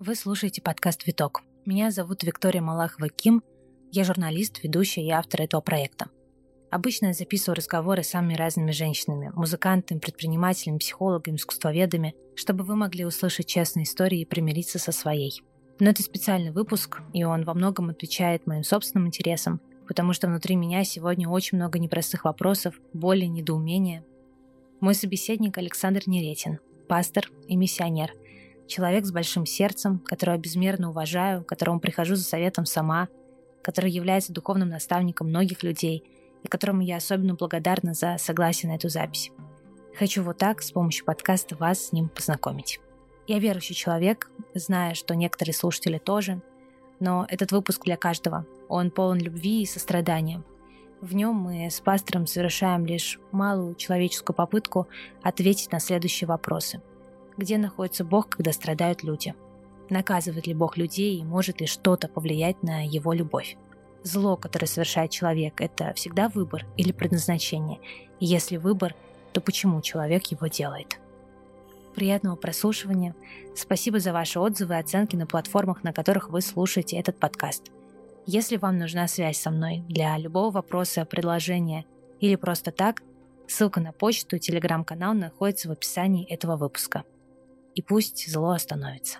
Вы слушаете подкаст «Виток». Меня зовут Виктория Малахова-Ким. Я журналист, ведущая и автор этого проекта. Обычно я записываю разговоры с самыми разными женщинами, музыкантами, предпринимателями, психологами, искусствоведами, чтобы вы могли услышать честные истории и примириться со своей. Но это специальный выпуск, и он во многом отвечает моим собственным интересам, потому что внутри меня сегодня очень много непростых вопросов, боли, недоумения. Мой собеседник Александр Неретин, пастор и миссионер, человек с большим сердцем, которого безмерно уважаю, к которому прихожу за советом сама, который является духовным наставником многих людей и которому я особенно благодарна за согласие на эту запись. Хочу вот так, с помощью подкаста, вас с ним познакомить. Я верующий человек, зная, что некоторые слушатели тоже, но этот выпуск для каждого. Он полон любви и сострадания. В нем мы с пастором совершаем лишь малую человеческую попытку ответить на следующие вопросы. Где находится Бог, когда страдают люди? Наказывает ли Бог людей и может ли что-то повлиять на его любовь? Зло, которое совершает человек, это всегда выбор или предназначение? И если выбор, то почему человек его делает? Приятного прослушивания. Спасибо за ваши отзывы и оценки на платформах, на которых вы слушаете этот подкаст. Если вам нужна связь со мной для любого вопроса, предложения или просто так, ссылка на почту и телеграм-канал находится в описании этого выпуска. И пусть зло остановится.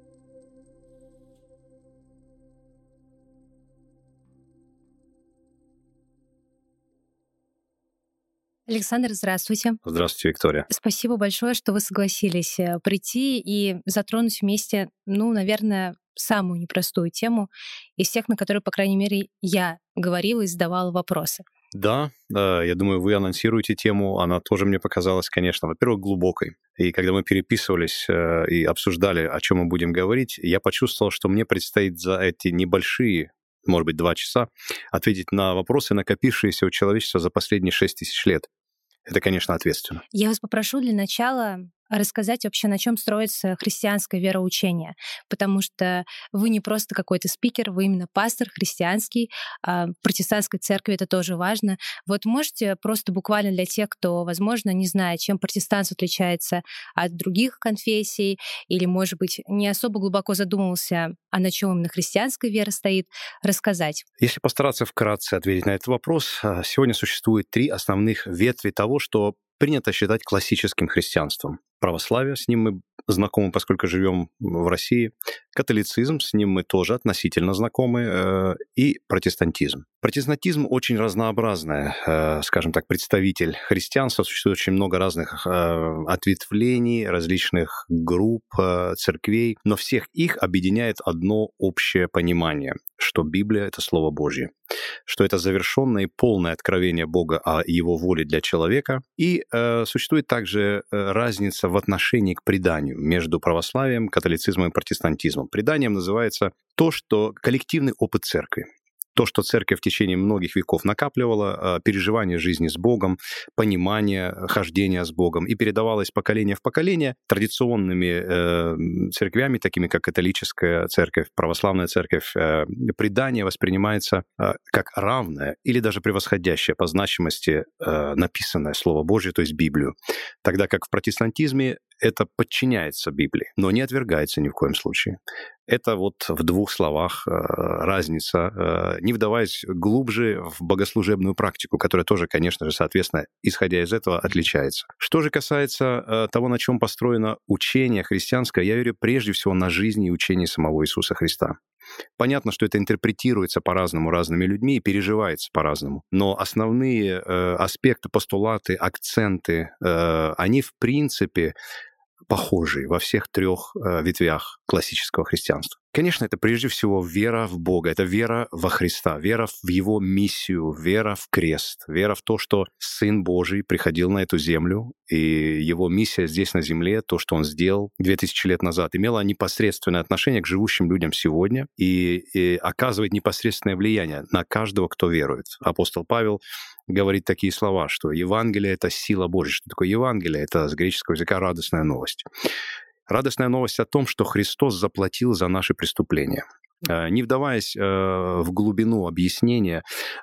Александр, здравствуйте. Здравствуйте, Виктория. Спасибо большое, что вы согласились прийти и затронуть вместе, наверное, самую непростую тему из тех, на которые, по крайней мере, я говорила и задавала вопросы. Да, я думаю, вы анонсируете тему, она тоже мне показалась, конечно, во-первых, глубокой. И когда мы переписывались и обсуждали, о чем мы будем говорить, я почувствовал, что мне предстоит за эти небольшие, может быть, 2 часа ответить на вопросы, накопившиеся у человечества за последние 6 тысяч лет. Это, конечно, ответственно. Я вас попрошу для начала рассказать вообще, на чем строится христианское вероучение, потому что вы не просто какой-то спикер, вы именно пастор христианский, в протестантской церкви это тоже важно. Вот можете просто буквально для тех, кто, возможно, не знает, чем протестанство отличается от других конфессий, или, может быть, не особо глубоко задумывался, а на чем именно христианская вера стоит, рассказать. Если постараться вкратце ответить на этот вопрос, сегодня существует 3 основных ветви того, что принято считать классическим христианством. Православие, с ним мы знакомы, поскольку живем в России. Католицизм, с ним мы тоже относительно знакомы. И протестантизм. Протестантизм очень разнообразный, скажем так, представитель христианства. Существует очень много разных ответвлений, различных групп, церквей. Но всех их объединяет одно общее понимание, что Библия — это Слово Божье, что это завершенное и полное откровение Бога о Его воле для человека. И существует также разница в отношении к преданию между православием, католицизмом и протестантизмом. Преданием называется то, что коллективный опыт церкви. То, что церковь в течение многих веков накапливала, переживание жизни с Богом, понимание хождения с Богом, и передавалось поколение в поколение традиционными церквями, такими как католическая церковь, православная церковь. Предание воспринимается как равное или даже превосходящее по значимости написанное Слово Божье, то есть Библию. Тогда как в протестантизме это подчиняется Библии, но не отвергается ни в коем случае. Это вот в 2 словах разница, не вдаваясь глубже в богослужебную практику, которая тоже, конечно же, соответственно, исходя из этого, отличается. Что же касается того, на чем построено учение христианское, я верю прежде всего на жизни и учении самого Иисуса Христа. Понятно, что это интерпретируется по-разному разными людьми и переживается по-разному. Но основные аспекты, постулаты, акценты, они в принципе похожие во всех 3 ветвях классического христианства. Конечно, это прежде всего вера в Бога, это вера во Христа, вера в Его миссию, вера в крест, вера в то, что Сын Божий приходил на эту землю, и Его миссия здесь на земле, то, что Он сделал 2000 лет назад, имела непосредственное отношение к живущим людям сегодня и оказывает непосредственное влияние на каждого, кто верует. Апостол Павел говорит такие слова, что Евангелие — это сила Божья. Что такое Евангелие? Это с греческого языка радостная новость. Радостная новость о том, что Христос заплатил за наши преступления. Не вдаваясь в глубину объяснения,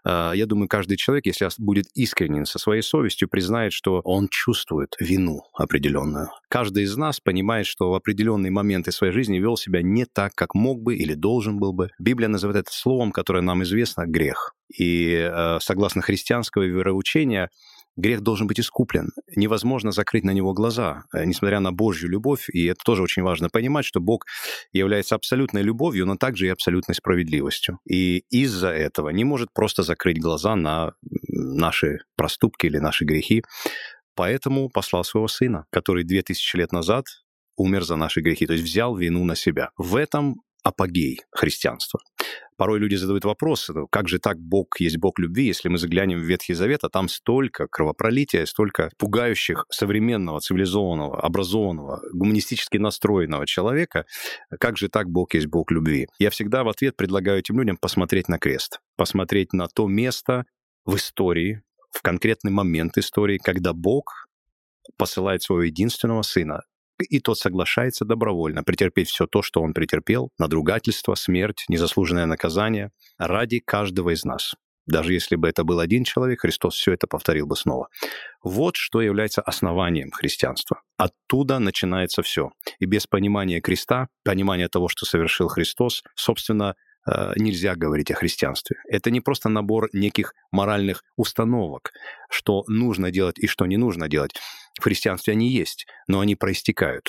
я думаю, каждый человек, если будет искренен со своей совестью, признает, что он чувствует вину определенную. Каждый из нас понимает, что в определенные моменты своей жизни вел себя не так, как мог бы или должен был бы. Библия называет это словом, которое нам известно, грех. И согласно христианского вероучения, грех должен быть искуплен. Невозможно закрыть на него глаза, несмотря на Божью любовь. И это тоже очень важно понимать, что Бог является абсолютной любовью, но также и абсолютной справедливостью. И из-за этого не может просто закрыть глаза на наши проступки или наши грехи. Поэтому послал своего Сына, который 2000 лет назад умер за наши грехи, то есть взял вину на себя. В этом апогей христианства. Порой люди задают вопрос, как же так Бог есть Бог любви, если мы заглянем в Ветхий Завет, а там столько кровопролития, столько пугающих современного, цивилизованного, образованного, гуманистически настроенного человека, как же так Бог есть Бог любви? Я всегда в ответ предлагаю этим людям посмотреть на крест, посмотреть на то место в истории, в конкретный момент истории, когда Бог посылает своего единственного Сына, и тот соглашается добровольно претерпеть все то, что он претерпел, надругательство, смерть, незаслуженное наказание ради каждого из нас. Даже если бы это был один человек, Христос все это повторил бы снова. Вот что является основанием христианства. Оттуда начинается все. И без понимания креста, понимания того, что совершил Христос, собственно, нельзя говорить о христианстве. Это не просто набор неких моральных установок, что нужно делать и что не нужно делать. В христианстве они есть, но они проистекают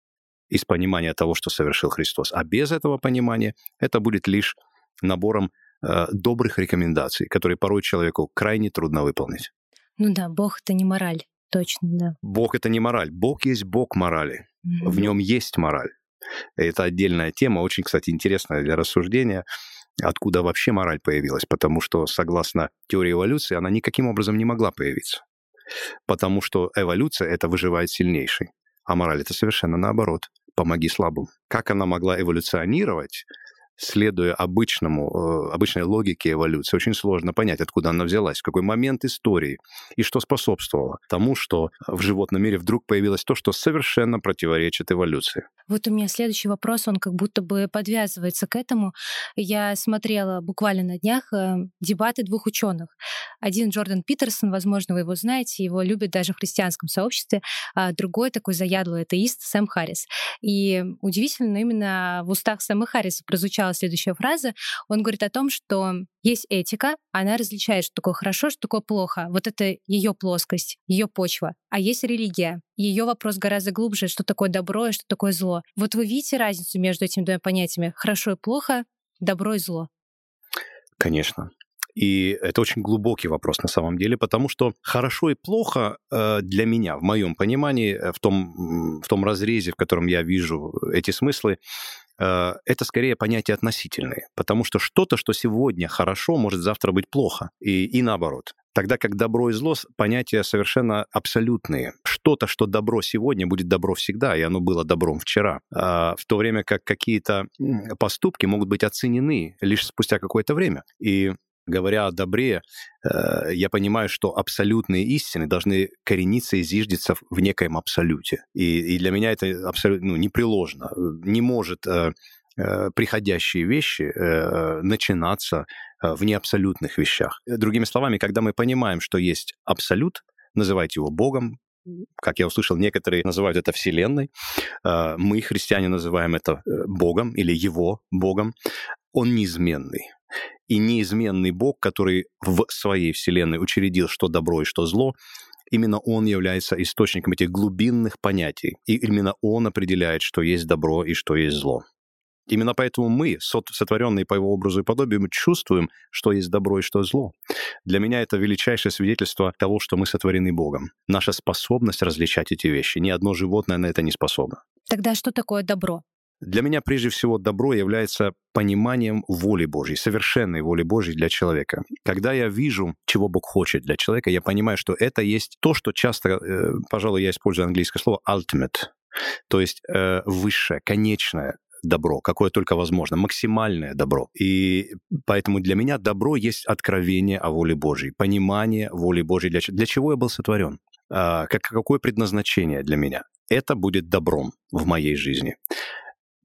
из понимания того, что совершил Христос. А без этого понимания это будет лишь набором добрых рекомендаций, которые порой человеку крайне трудно выполнить. Ну да, Бог — это не мораль, точно, да. Бог — это не мораль. Бог есть Бог морали. В нем есть мораль. Это отдельная тема, очень, кстати, интересная для рассуждения, откуда вообще мораль появилась, потому что, согласно теории эволюции, она никаким образом не могла появиться, потому что эволюция — это выживает сильнейший, а мораль — это совершенно наоборот, помоги слабым. Как она могла эволюционировать, следуя обычной логике эволюции, очень сложно понять, откуда она взялась, в какой момент истории, и что способствовало тому, что в животном мире вдруг появилось то, что совершенно противоречит эволюции. Вот у меня следующий вопрос, он как будто бы подвязывается к этому. Я смотрела буквально на днях дебаты двух ученых. Один Джордан Питерсон, возможно, вы его знаете, его любят даже в христианском сообществе, а другой такой заядлый атеист Сэм Харрис. И удивительно, но именно в устах Сэма Харриса прозвучала следующая фраза. Он говорит о том, что есть этика, она различает, что такое хорошо, что такое плохо. Вот это ее плоскость, ее почва. А есть религия. Ее вопрос гораздо глубже, что такое добро и что такое зло. Вот вы видите разницу между этими двумя понятиями? Хорошо и плохо, добро и зло. Конечно. И это очень глубокий вопрос на самом деле, потому что хорошо и плохо для меня, в моем понимании, в том разрезе, в котором я вижу эти смыслы, это скорее понятия относительные, потому что что-то, что сегодня хорошо, может завтра быть плохо, и наоборот. Тогда как добро и зло — понятия совершенно абсолютные. Что-то, что добро сегодня, будет добро всегда, и оно было добром вчера. В то время как какие-то поступки могут быть оценены лишь спустя какое-то время. И говоря о добре, я понимаю, что абсолютные истины должны корениться и зиждиться в некоем абсолюте. И для меня это абсолютно непреложно. Не может приходящие вещи начинаться в неабсолютных вещах. Другими словами, когда мы понимаем, что есть абсолют, называйте его Богом, как я услышал, некоторые называют это Вселенной, мы, христиане, называем это Богом или Его Богом, Он неизменный. И неизменный Бог, который в своей Вселенной учредил, что добро и что зло, именно Он является источником этих глубинных понятий. И именно Он определяет, что есть добро и что есть зло. Именно поэтому мы, сотворенные по Его образу и подобию, мы чувствуем, что есть добро и что зло. Для меня это величайшее свидетельство того, что мы сотворены Богом. Наша способность различать эти вещи. Ни одно животное на это не способно. Тогда что такое добро? Для меня прежде всего добро является пониманием воли Божьей, совершенной воли Божьей для человека. Когда я вижу, чего Бог хочет для человека, я понимаю, что это есть то, что часто, пожалуй, я использую английское слово ultimate, то есть высшее, конечное добро, какое только возможно, максимальное добро. И поэтому для меня добро есть откровение о воле Божьей, понимание воли Божьей, для чего я был сотворен, какое предназначение для меня. Это будет добром в моей жизни.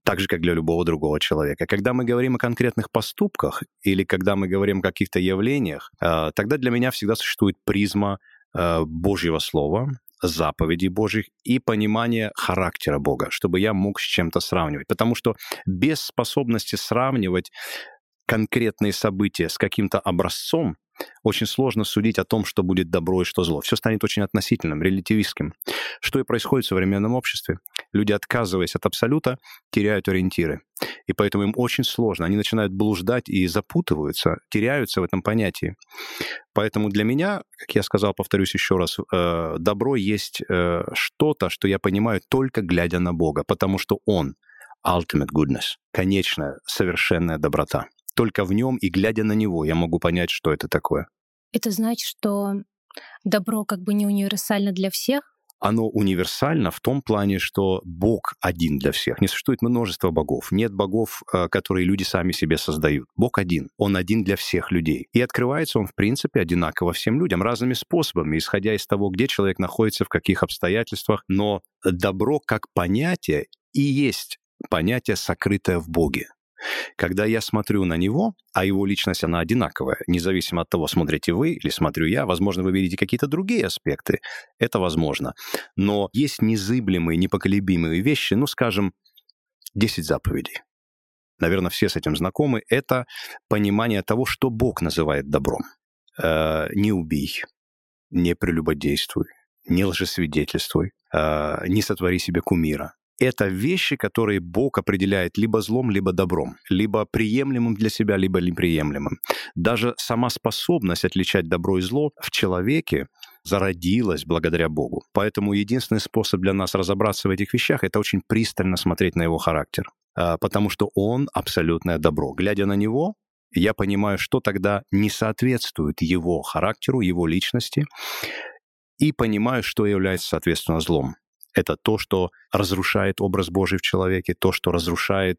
так же, как для любого другого человека. Когда мы говорим о конкретных поступках или когда мы говорим о каких-то явлениях, тогда для меня всегда существует призма Божьего Слова, заповедей Божьих и понимание характера Бога, чтобы я мог с чем-то сравнивать. Потому что без способности сравнивать конкретные события с каким-то образцом очень сложно судить о том, что будет добро и что зло. Все станет очень относительным, релятивистским. Что и происходит в современном обществе. Люди, отказываясь от абсолюта, теряют ориентиры. И поэтому им очень сложно. Они начинают блуждать и запутываются, теряются в этом понятии. Поэтому для меня, как я сказал, повторюсь еще раз, добро есть что-то, что я понимаю только глядя на Бога, потому что Он — ultimate goodness, конечная, совершенная доброта. Только в нем и глядя на него я могу понять, что это такое. Это значит, что добро как бы не универсально для всех? Оно универсально в том плане, что Бог один для всех. Не существует множество богов. Нет богов, которые люди сами себе создают. Бог один. Он один для всех людей. И открывается он, в принципе, одинаково всем людям, разными способами, исходя из того, где человек находится, в каких обстоятельствах. Но добро как понятие и есть понятие, сокрытое в Боге. Когда я смотрю на него, а его личность, она одинаковая, независимо от того, смотрите вы или смотрю я, возможно, вы видите какие-то другие аспекты, это возможно. Но есть незыблемые, непоколебимые вещи, скажем, 10 заповедей. Наверное, все с этим знакомы. Это понимание того, что Бог называет добром. Не убей, не прелюбодействуй, не лжесвидетельствуй, не сотвори себе кумира. Это вещи, которые Бог определяет либо злом, либо добром, либо приемлемым для себя, либо неприемлемым. Даже сама способность отличать добро и зло в человеке зародилась благодаря Богу. Поэтому единственный способ для нас разобраться в этих вещах — это очень пристально смотреть на его характер, потому что он — абсолютное добро. Глядя на него, я понимаю, что тогда не соответствует его характеру, его личности, и понимаю, что является, соответственно, злом. Это то, что разрушает образ Божий в человеке, то, что разрушает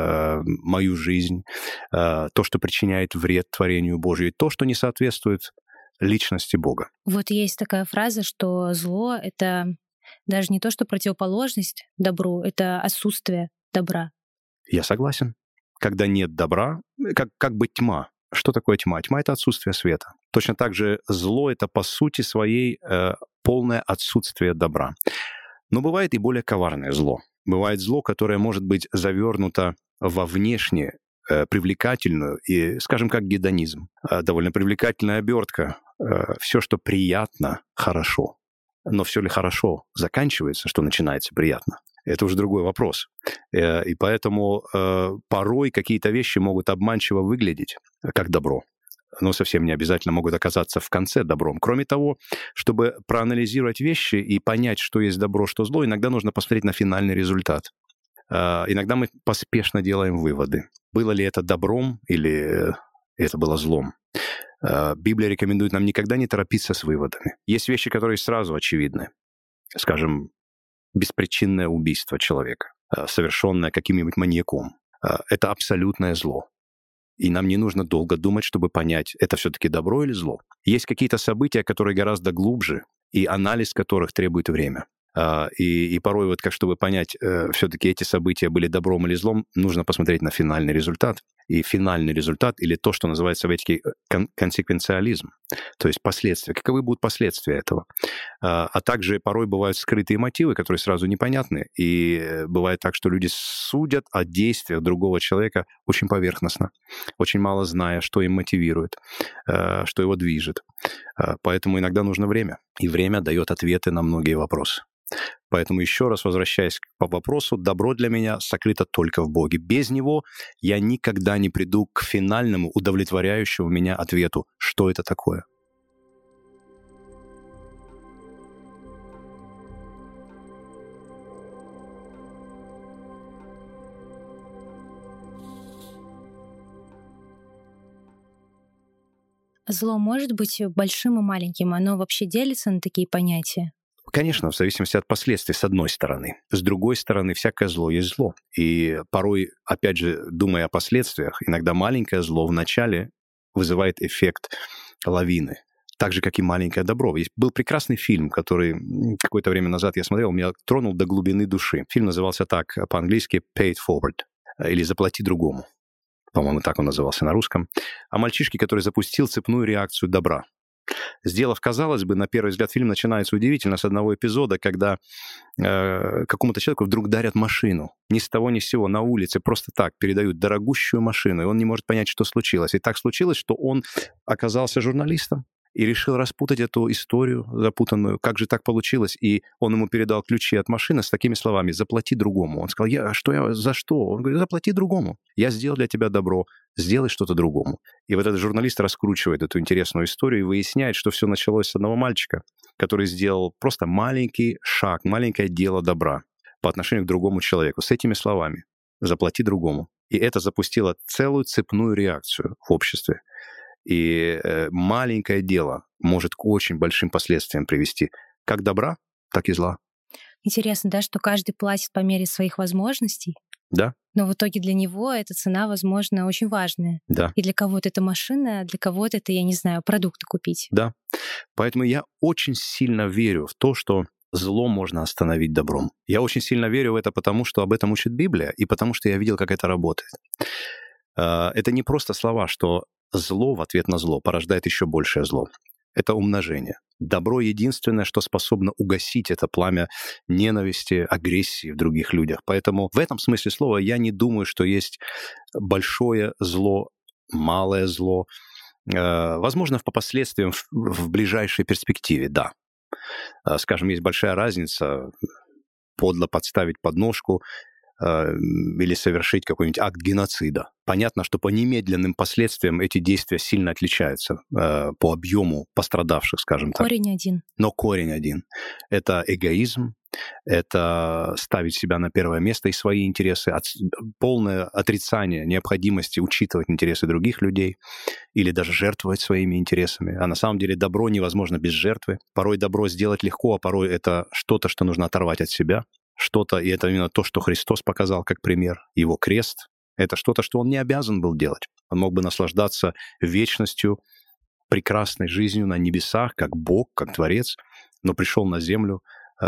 мою жизнь, то, что причиняет вред творению Божию, то, что не соответствует личности Бога. Вот есть такая фраза, что зло — это даже не то, что противоположность добру, это отсутствие добра. Я согласен. Когда нет добра, как бы тьма. Что такое тьма? Тьма — это отсутствие света. Точно так же зло — это по сути своей полное отсутствие добра. Но бывает и более коварное зло. Бывает зло, которое может быть завернуто во внешне привлекательную и, скажем, как гедонизм. Довольно привлекательная обертка. Все, что приятно, хорошо. Но все ли хорошо заканчивается, что начинается приятно? Это уже другой вопрос. И поэтому порой какие-то вещи могут обманчиво выглядеть как добро, но совсем не обязательно могут оказаться в конце добром. Кроме того, чтобы проанализировать вещи и понять, что есть добро, что зло, иногда нужно посмотреть на финальный результат. Иногда мы поспешно делаем выводы. Было ли это добром или это было злом? Библия рекомендует нам никогда не торопиться с выводами. Есть вещи, которые сразу очевидны. Скажем, беспричинное убийство человека, совершенное каким-нибудь маньяком. Это абсолютное зло. И нам не нужно долго думать, чтобы понять, это все-таки добро или зло. Есть какие-то события, которые гораздо глубже, и анализ которых требует время. И порой, чтобы понять, все-таки эти события были добром или злом, нужно посмотреть на финальный результат. И финальный результат, или то, что называется в этике консеквенциализм, то есть последствия. Каковы будут последствия этого? А также порой бывают скрытые мотивы, которые сразу непонятны. И бывает так, что люди судят о действиях другого человека очень поверхностно, очень мало зная, что им мотивирует, что его движет. Поэтому иногда нужно время. И время дает ответы на многие вопросы. Поэтому еще раз возвращаясь по вопросу, добро для меня сокрыто только в Боге. Без Него я никогда не приду к финальному, удовлетворяющему меня ответу, что это такое. Зло может быть большим и маленьким? Оно вообще делится на такие понятия? Конечно, в зависимости от последствий, с одной стороны. С другой стороны, всякое зло есть зло. И порой, опять же, думая о последствиях, иногда маленькое зло вначале вызывает эффект лавины. так же, как и маленькое добро. Был прекрасный фильм, который какое-то время назад я смотрел, меня тронул до глубины души. Фильм назывался так, по-английски «Pay it forward», или «Заплати другому». По-моему, так он назывался на русском. О мальчишке, который запустил цепную реакцию добра. Сделав, казалось бы, на первый взгляд, фильм начинается удивительно с одного эпизода, когда какому-то человеку вдруг дарят машину. Ни с того ни с сего на улице просто так передают дорогущую машину, и он не может понять, что случилось. И так случилось, что он оказался журналистом и решил распутать эту историю запутанную. Как же так получилось? И он ему передал ключи от машины с такими словами: «Заплати другому». Он сказал: за что? Он говорит: «Заплати другому. Я сделал для тебя добро, сделай что-то другому». И вот этот журналист раскручивает эту интересную историю и выясняет, что все началось с одного мальчика, который сделал просто маленький шаг, маленькое дело добра по отношению к другому человеку с этими словами: «Заплати другому». И это запустило целую цепную реакцию в обществе. И маленькое дело может к очень большим последствиям привести как добра, так и зла. Интересно, да, что каждый платит по мере своих возможностей. Да. Но в итоге для него эта цена, возможно, очень важная. Да. И для кого-то это машина, а для кого-то это, я не знаю, продукты купить. Да. Поэтому я очень сильно верю в то, что зло можно остановить добром. Я очень сильно верю в это, потому что об этом учит Библия, и потому что я видел, как это работает. Это не просто слова, что зло в ответ на зло порождает еще большее зло. Это умножение. Добро единственное, что способно угасить это пламя ненависти, агрессии в других людях. Поэтому в этом смысле слова я не думаю, что есть большое зло, малое зло. Возможно, по последствиям в ближайшей перспективе, да. Скажем, есть большая разница подло подставить подножку или совершить какой-нибудь акт геноцида. Понятно, что по немедленным последствиям эти действия сильно отличаются по объему пострадавших, скажем так. Корень один. Но корень один. Это эгоизм, это ставить себя на первое место и свои интересы, полное отрицание необходимости учитывать интересы других людей или даже жертвовать своими интересами. А на самом деле добро невозможно без жертвы. Порой добро сделать легко, а порой это что-то, что нужно оторвать от себя. Что-то, и это именно то, что Христос показал как пример. Его крест — это что-то, что он не обязан был делать. Он мог бы наслаждаться вечностью, прекрасной жизнью на небесах, как Бог, как Творец, но пришел на землю,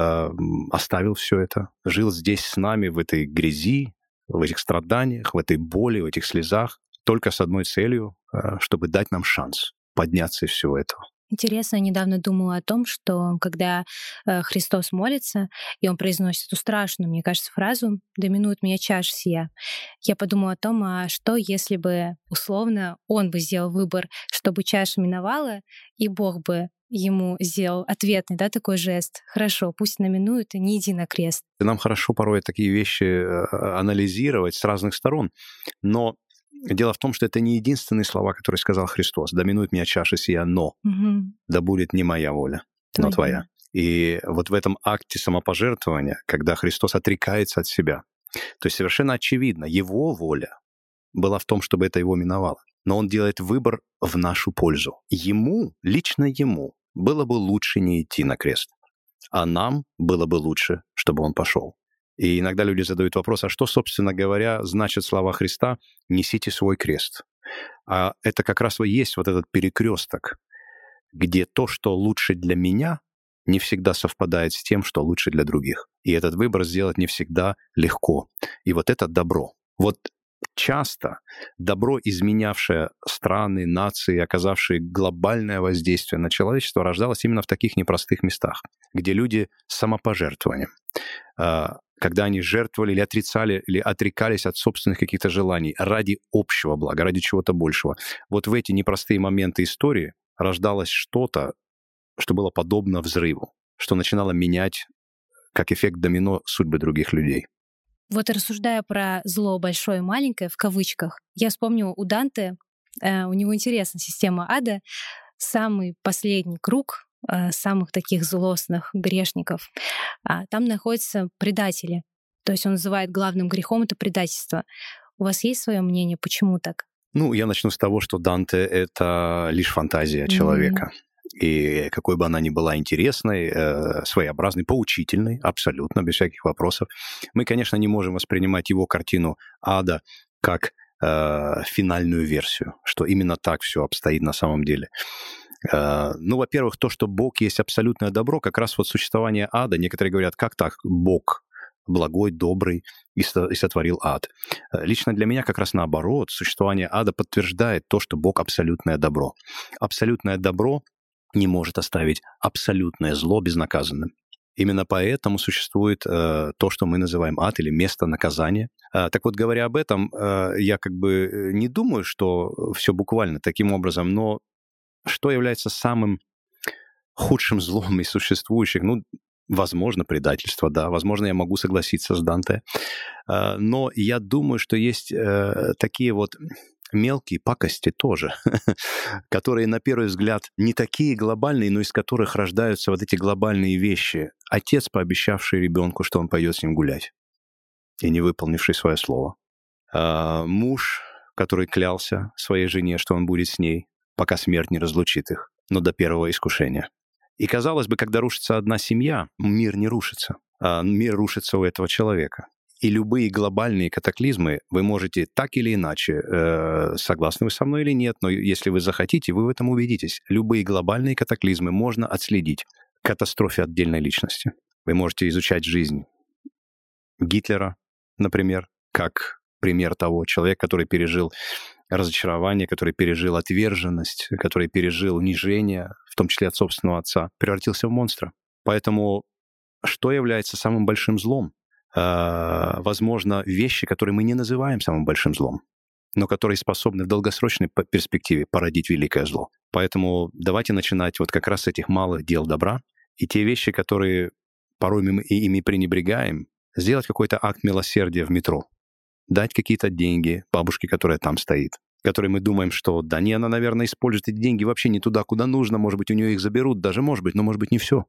оставил все это, жил здесь с нами в этой грязи, в этих страданиях, в этой боли, в этих слезах, только с одной целью, чтобы дать нам шанс подняться из всего этого. Интересно, я недавно думала о том, что когда Христос молится, и он произносит эту страшную, мне кажется, фразу «Да минует меня чаша сия», я подумала о том, а что, если бы, условно, он бы сделал выбор, чтобы чаша миновала, и Бог бы ему сделал ответный, да, такой жест. Хорошо, пусть наминует, и не иди на крест. Нам хорошо порой такие вещи анализировать с разных сторон, но дело в том, что это не единственные слова, которые сказал Христос. «Да минует меня чаша сия, но да будет не моя воля, но твоя». И вот в этом акте самопожертвования, когда Христос отрекается от себя, то есть совершенно очевидно, его воля была в том, чтобы это его миновало. Но он делает выбор в нашу пользу. Ему, лично ему, было бы лучше не идти на крест, а нам было бы лучше, чтобы он пошел. И иногда люди задают вопрос, а что, собственно говоря, значат слова Христа «несите свой крест»? А это как раз и есть вот этот перекресток, где то, что лучше для меня, не всегда совпадает с тем, что лучше для других. И этот выбор сделать не всегда легко. И вот это добро. Вот часто добро, изменявшее страны, нации, оказавшее глобальное воздействие на человечество, рождалось именно в таких непростых местах, где люди самопожертвованием, когда они жертвовали или отрицали, или отрекались от собственных каких-то желаний ради общего блага, ради чего-то большего. Вот в эти непростые моменты истории рождалось что-то, что было подобно взрыву, что начинало менять, как эффект домино, судьбы других людей. Вот рассуждая про зло большое и маленькое, в кавычках, я вспомнила у Данте, у него интересная система ада, самый последний круг самых таких злостных грешников. Там находятся предатели. То есть он называет главным грехом это предательство. У вас есть свое мнение, почему так? Я начну с того, что Данте — это лишь фантазия человека. И какой бы она ни была интересной, своеобразной, поучительной, абсолютно, без всяких вопросов, мы, конечно, не можем воспринимать его картину ада как финальную версию, что именно так все обстоит на самом деле. Ну, во-первых, то, что Бог есть абсолютное добро, как раз вот существование ада. Некоторые говорят, как так? Бог благой, добрый и сотворил ад. Лично для меня как раз наоборот. Существование ада подтверждает то, что Бог абсолютное добро. Абсолютное добро не может оставить абсолютное зло безнаказанным. Именно поэтому существует то, что мы называем ад или место наказания. Так вот, говоря об этом, я как бы не думаю, что все буквально таким образом, но что является самым худшим злом из существующих? Ну, возможно, предательство, да, возможно, я могу согласиться с Данте, но я думаю, что есть такие вот мелкие пакости тоже, которые, на первый взгляд, не такие глобальные, но из которых рождаются вот эти глобальные вещи. Отец, пообещавший ребенку, что он пойдет с ним гулять, и не выполнивший свое слово. Муж, который клялся своей жене, что он будет с ней, пока смерть не разлучит их, но до первого искушения. И, казалось бы, когда рушится одна семья, мир не рушится, а мир рушится у этого человека. И любые глобальные катаклизмы вы можете так или иначе, согласны вы со мной или нет, но если вы захотите, вы в этом убедитесь. Любые глобальные катаклизмы можно отследить к катастрофе отдельной личности. Вы можете изучать жизнь Гитлера, например, как пример того человека, который пережил разочарование, который пережил отверженность, который пережил унижение, в том числе от собственного отца, превратился в монстра. Поэтому что является самым большим злом? Возможно, вещи, которые мы не называем самым большим злом, но которые способны в долгосрочной перспективе породить великое зло. Поэтому давайте начинать вот как раз с этих малых дел добра, и те вещи, которые порой мы ими пренебрегаем, сделать какой-то акт милосердия в метро, дать какие-то деньги бабушке, которая там стоит, которой мы думаем, что да не, она, наверное, использует эти деньги вообще не туда, куда нужно, может быть, у нее их заберут, даже может быть, но может быть не все.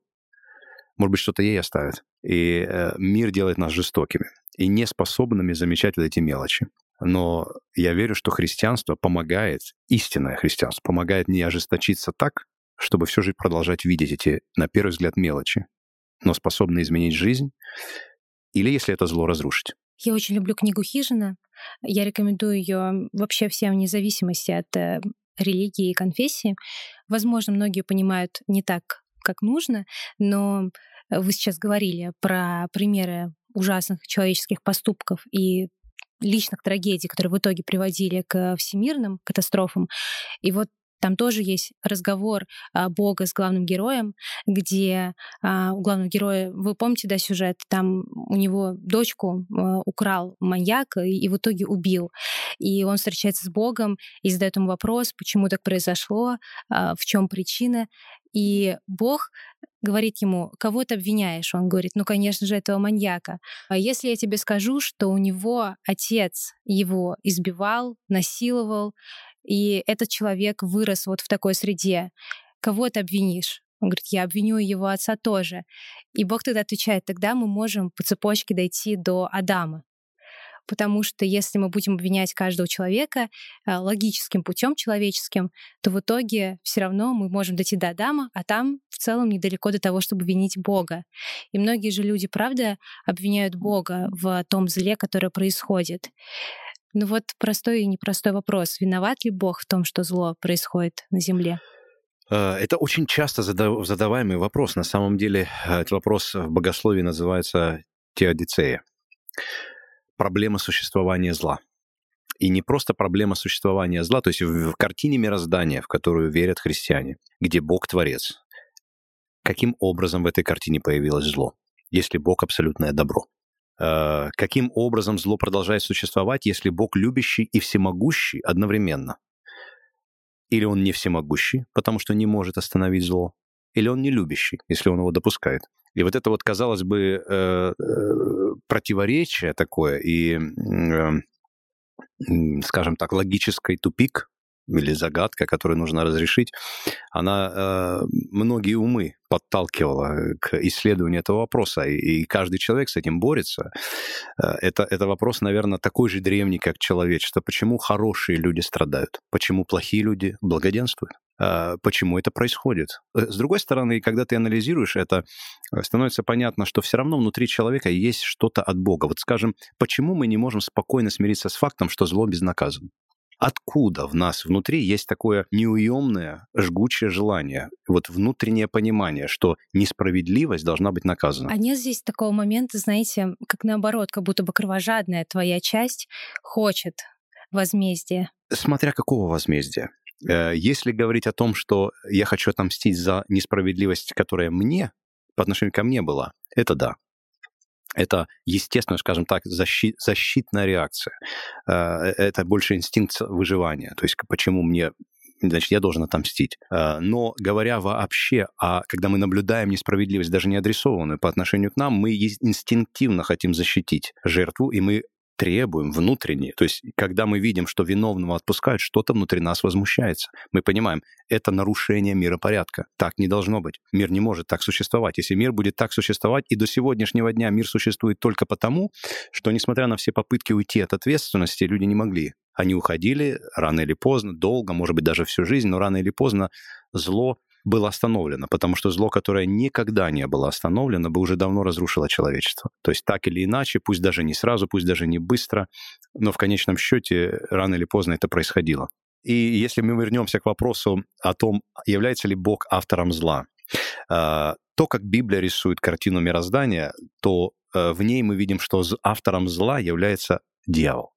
Может быть, что-то ей оставят. И мир делает нас жестокими и неспособными замечать вот эти мелочи. Но я верю, что христианство помогает, истинное христианство помогает не ожесточиться так, чтобы все же продолжать видеть эти, на первый взгляд, мелочи, но способны изменить жизнь или, если это зло, разрушить. Я очень люблю книгу «Хижина». Я рекомендую ее вообще всем, вне зависимости от религии и конфессии. Возможно, многие понимают не так, как нужно, но вы сейчас говорили про примеры ужасных человеческих поступков и личных трагедий, которые в итоге приводили к всемирным катастрофам. И вот там тоже есть разговор Бога с главным героем, где у главного героя, вы помните, да, сюжет, там у него дочку украл маньяк и в итоге убил. И он встречается с Богом и задает ему вопрос, почему так произошло, в чем причина. И Бог говорит ему: кого ты обвиняешь? Он говорит: ну, конечно же, этого маньяка. А если я тебе скажу, что у него отец его избивал, насиловал, и этот человек вырос вот в такой среде, кого ты обвинишь? Он говорит: я обвиню его отца тоже. И Бог тогда отвечает: тогда мы можем по цепочке дойти до Адама. Потому что если мы будем обвинять каждого человека логическим путем человеческим, то в итоге все равно мы можем дойти до Адама, а там в целом недалеко до того, чтобы винить Бога. И многие же люди, правда, обвиняют Бога в том зле, которое происходит. Ну вот простой и непростой вопрос. Виноват ли Бог в том, что зло происходит на земле? Это очень часто задаваемый вопрос. На самом деле этот вопрос в богословии называется теодицея. Проблема существования зла. И не просто проблема существования зла, то есть в картине мироздания, в которую верят христиане, где Бог творец. Каким образом в этой картине появилось зло, если Бог абсолютное добро? Каким образом зло продолжает существовать, если Бог любящий и всемогущий одновременно? Или он не всемогущий, потому что не может остановить зло, или он не любящий, если он его допускает. И вот это вот, казалось бы, противоречие такое и, скажем так, логический тупик или загадка, которую нужно разрешить, она многие умы подталкивала к исследованию этого вопроса, и каждый человек с этим борется. Это вопрос, наверное, такой же древний, как человечество. Почему хорошие люди страдают? Почему плохие люди благоденствуют? Почему это происходит? С другой стороны, когда ты анализируешь это, становится понятно, что все равно внутри человека есть что-то от Бога. Вот скажем, почему мы не можем спокойно смириться с фактом, что зло безнаказано? Откуда в нас внутри есть такое неуемное, жгучее желание, вот внутреннее понимание, что несправедливость должна быть наказана? А нет здесь такого момента, знаете, как наоборот, как будто бы кровожадная твоя часть хочет возмездия? Смотря какого возмездия. Если говорить о том, что я хочу отомстить за несправедливость, которая по отношению ко мне была, это да. Это, естественно, скажем так, защитная реакция. Это больше инстинкт выживания. То есть почему мне, значит, я должен отомстить. Но говоря вообще, когда мы наблюдаем несправедливость, даже не адресованную по отношению к нам, мы инстинктивно хотим защитить жертву, и мы требуем внутренне. То есть, когда мы видим, что виновного отпускают, что-то внутри нас возмущается. Мы понимаем, это нарушение миропорядка. Так не должно быть. Мир не может так существовать. Если мир будет так существовать, и до сегодняшнего дня мир существует только потому, что, несмотря на все попытки уйти от ответственности, люди не могли. Они уходили рано или поздно, долго, может быть, даже всю жизнь, но рано или поздно зло было остановлено, потому что зло, которое никогда не было остановлено, бы уже давно разрушило человечество. То есть так или иначе, пусть даже не сразу, пусть даже не быстро, но в конечном счете рано или поздно это происходило. И если мы вернемся к вопросу о том, является ли Бог автором зла, то, как Библия рисует картину мироздания, то в ней мы видим, что автором зла является дьявол.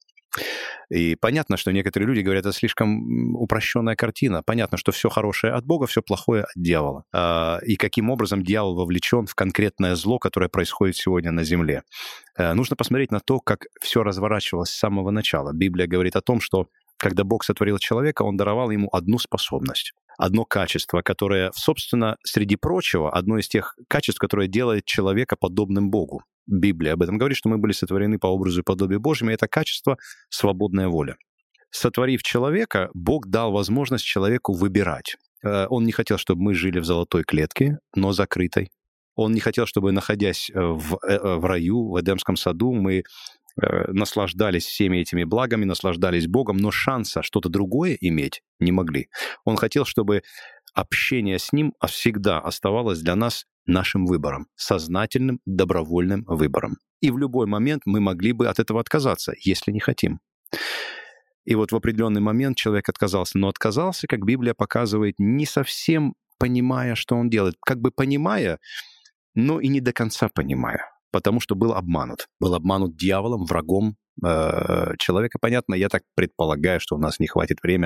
И понятно, что некоторые люди говорят, это слишком упрощенная картина. Понятно, что все хорошее от Бога, все плохое от дьявола. И каким образом дьявол вовлечен в конкретное зло, которое происходит сегодня на земле. Нужно посмотреть на то, как все разворачивалось с самого начала. Библия говорит о том, что когда Бог сотворил человека, Он даровал ему одну способность, одно качество, которое, собственно, среди прочего, одно из тех качеств, которое делает человека подобным Богу. Библия об этом говорит, что мы были сотворены по образу и подобию Божьему, и это качество — свободная воля. Сотворив человека, Бог дал возможность человеку выбирать. Он не хотел, чтобы мы жили в золотой клетке, но закрытой. Он не хотел, чтобы, находясь в раю, в Эдемском саду, мы наслаждались всеми этими благами, наслаждались Богом, но шанса что-то другое иметь не могли. Он хотел, чтобы общение с Ним всегда оставалось для нас нашим выбором, сознательным, добровольным выбором. И в любой момент мы могли бы от этого отказаться, если не хотим. И вот в определенный момент человек отказался, но отказался, как Библия показывает, не совсем понимая, что он делает, как бы понимая, но и не до конца понимая, потому что был обманут. Был обманут дьяволом, врагом человека. Понятно, я так предполагаю, что у нас не хватит времени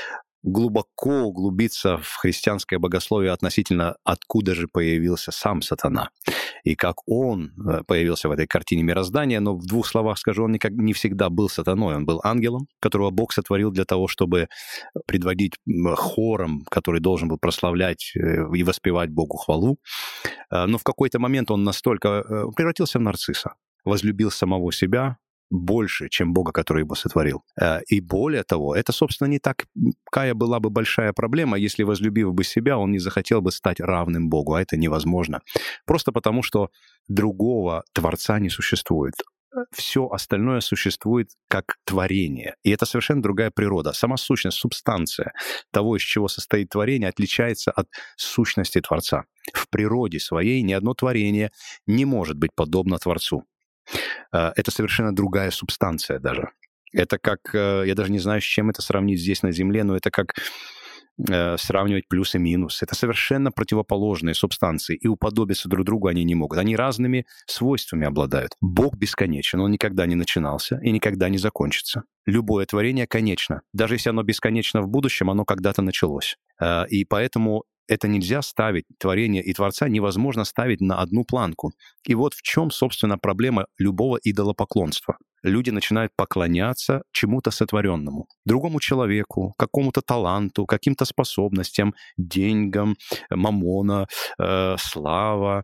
глубоко углубиться в христианское богословие относительно откуда же появился сам сатана и как он появился в этой картине мироздания. Но в двух словах скажу, он не всегда был сатаной, он был ангелом, которого Бог сотворил для того, чтобы предводить хором, который должен был прославлять и воспевать Богу хвалу. Но в какой-то момент он настолько превратился в нарцисса, возлюбил самого себя больше, чем Бога, который его сотворил. И более того, это, собственно, не такая была бы большая проблема, если, возлюбив бы себя, он не захотел бы стать равным Богу, а это невозможно. Просто потому, что другого Творца не существует. Все остальное существует как творение. И это совершенно другая природа. Сама сущность, субстанция того, из чего состоит творение, отличается от сущности Творца. В природе своей ни одно творение не может быть подобно Творцу. Это совершенно другая субстанция даже. Это как, я даже не знаю, с чем это сравнить здесь на Земле, но это как сравнивать плюс и минус. Это совершенно противоположные субстанции, и уподобиться друг другу они не могут. Они разными свойствами обладают. Бог бесконечен, Он никогда не начинался и никогда не закончится. Любое творение конечно. Даже если оно бесконечно в будущем, оно когда-то началось. И поэтому это нельзя ставить, творение и Творца невозможно ставить на одну планку. И вот в чем, собственно, проблема любого идолопоклонства. Люди начинают поклоняться чему-то сотворенному, другому человеку, какому-то таланту, каким-то способностям, деньгам, маммона, слава,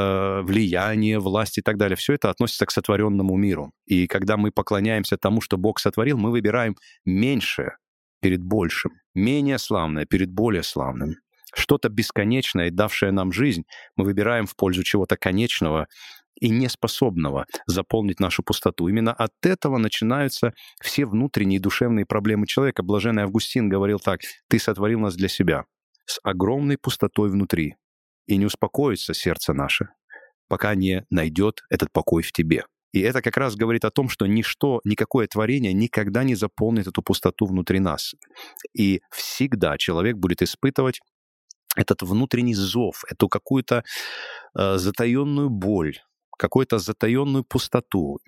влияние, власть и так далее. Все это относится к сотворенному миру. И когда мы поклоняемся тому, что Бог сотворил, мы выбираем меньшее перед большим, менее славное перед более славным. Что-то бесконечное, давшее нам жизнь, мы выбираем в пользу чего-то конечного и неспособного заполнить нашу пустоту. Именно от этого начинаются все внутренние душевные проблемы человека. Блаженный Августин говорил так: «Ты сотворил нас для себя, с огромной пустотой внутри, и не успокоится сердце наше, пока не найдет этот покой в тебе». И это как раз говорит о том, что ничто, никакое творение никогда не заполнит эту пустоту внутри нас. И всегда человек будет испытывать этот внутренний зов, эту какую-то затаенную боль, какую-то затаенную пустоту,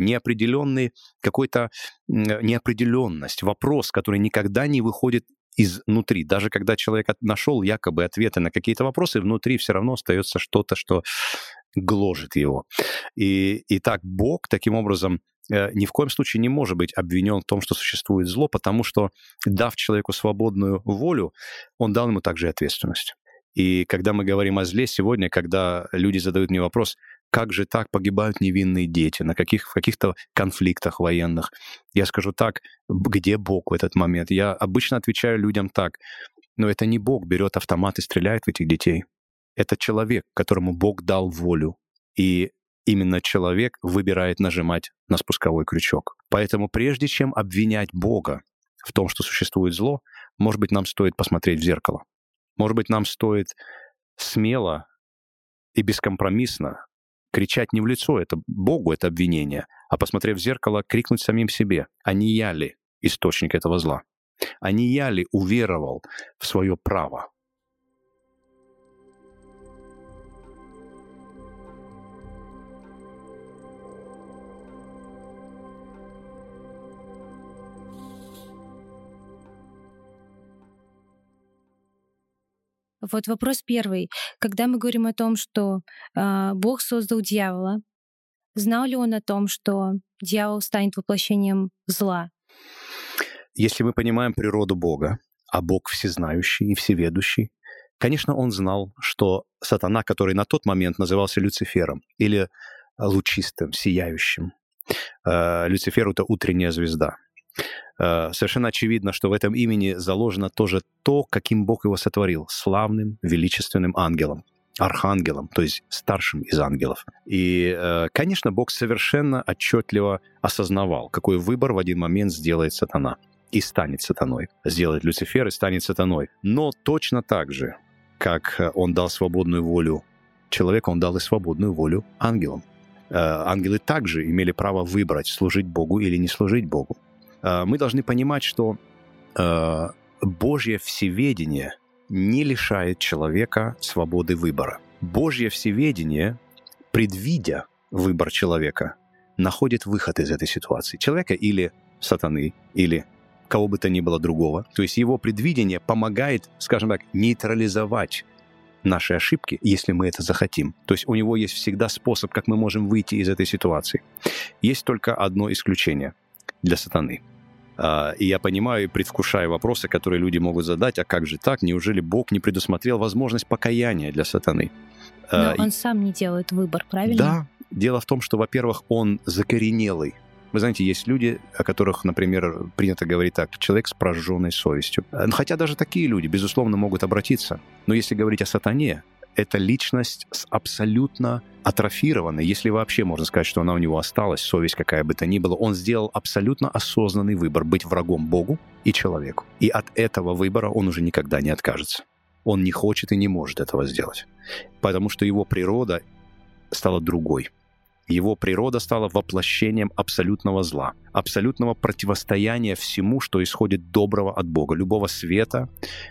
неопределенность, вопрос, который никогда не выходит изнутри. Даже когда человек нашел якобы ответы на какие-то вопросы, внутри все равно остается что-то, что гложет его. И так Бог таким образом ни в коем случае не может быть обвинен в том, что существует зло, потому что, дав человеку свободную волю, он дал ему также и ответственность. И когда мы говорим о зле сегодня, когда люди задают мне вопрос, как же так погибают невинные дети, в каких-то конфликтах военных, я скажу так, где Бог в этот момент? Я обычно отвечаю людям так, но это не Бог берет автомат и стреляет в этих детей. Это человек, которому Бог дал волю. И именно человек выбирает нажимать на спусковой крючок. Поэтому прежде чем обвинять Бога в том, что существует зло, может быть, нам стоит посмотреть в зеркало. Может быть, нам стоит смело и бескомпромиссно кричать не в лицо это Богу, это обвинение, а, посмотрев в зеркало, крикнуть самим себе, а не я ли источник этого зла? А не я ли уверовал в свое право? Вот вопрос первый. Когда мы говорим о том, что Бог создал дьявола, знал ли он о том, что дьявол станет воплощением зла? Если мы понимаем природу Бога, а Бог всезнающий и всеведущий, конечно, он знал, что сатана, который на тот момент назывался Люцифером или лучистым, сияющим, Люцифер — это утренняя звезда. Совершенно очевидно, что в этом имени заложено тоже то, каким Бог его сотворил — славным, величественным ангелом, архангелом, то есть старшим из ангелов. И, конечно, Бог совершенно отчетливо осознавал, какой выбор в один момент сделает сатана и станет сатаной. Сделает Люцифер и станет сатаной. Но точно так же, как он дал свободную волю человеку, он дал и свободную волю ангелам. Ангелы также имели право выбрать, служить Богу или не служить Богу. Мы должны понимать, что Божье всеведение не лишает человека свободы выбора. Божье всеведение, предвидя выбор человека, находит выход из этой ситуации. Человека или сатаны, или кого бы то ни было другого. То есть его предвидение помогает, скажем так, нейтрализовать наши ошибки, если мы это захотим. То есть у него есть всегда способ, как мы можем выйти из этой ситуации. Есть только одно исключение для сатаны. И я понимаю и предвкушаю вопросы, которые люди могут задать, а как же так? Неужели Бог не предусмотрел возможность покаяния для сатаны? Но он сам не делает выбор, правильно? Да. Дело в том, что, во-первых, он закоренелый. Вы знаете, есть люди, о которых, например, принято говорить так, человек с прожженной совестью. Хотя даже такие люди, безусловно, могут обратиться. Но если говорить о сатане, это личность абсолютно атрофированной, если вообще можно сказать, что она у него осталась, совесть какая бы то ни была. Он сделал абсолютно осознанный выбор быть врагом Богу и человеку. И от этого выбора он уже никогда не откажется. Он не хочет и не может этого сделать. Потому что его природа стала другой. Его природа стала воплощением абсолютного зла, абсолютного противостояния всему, что исходит доброго от Бога, любого света.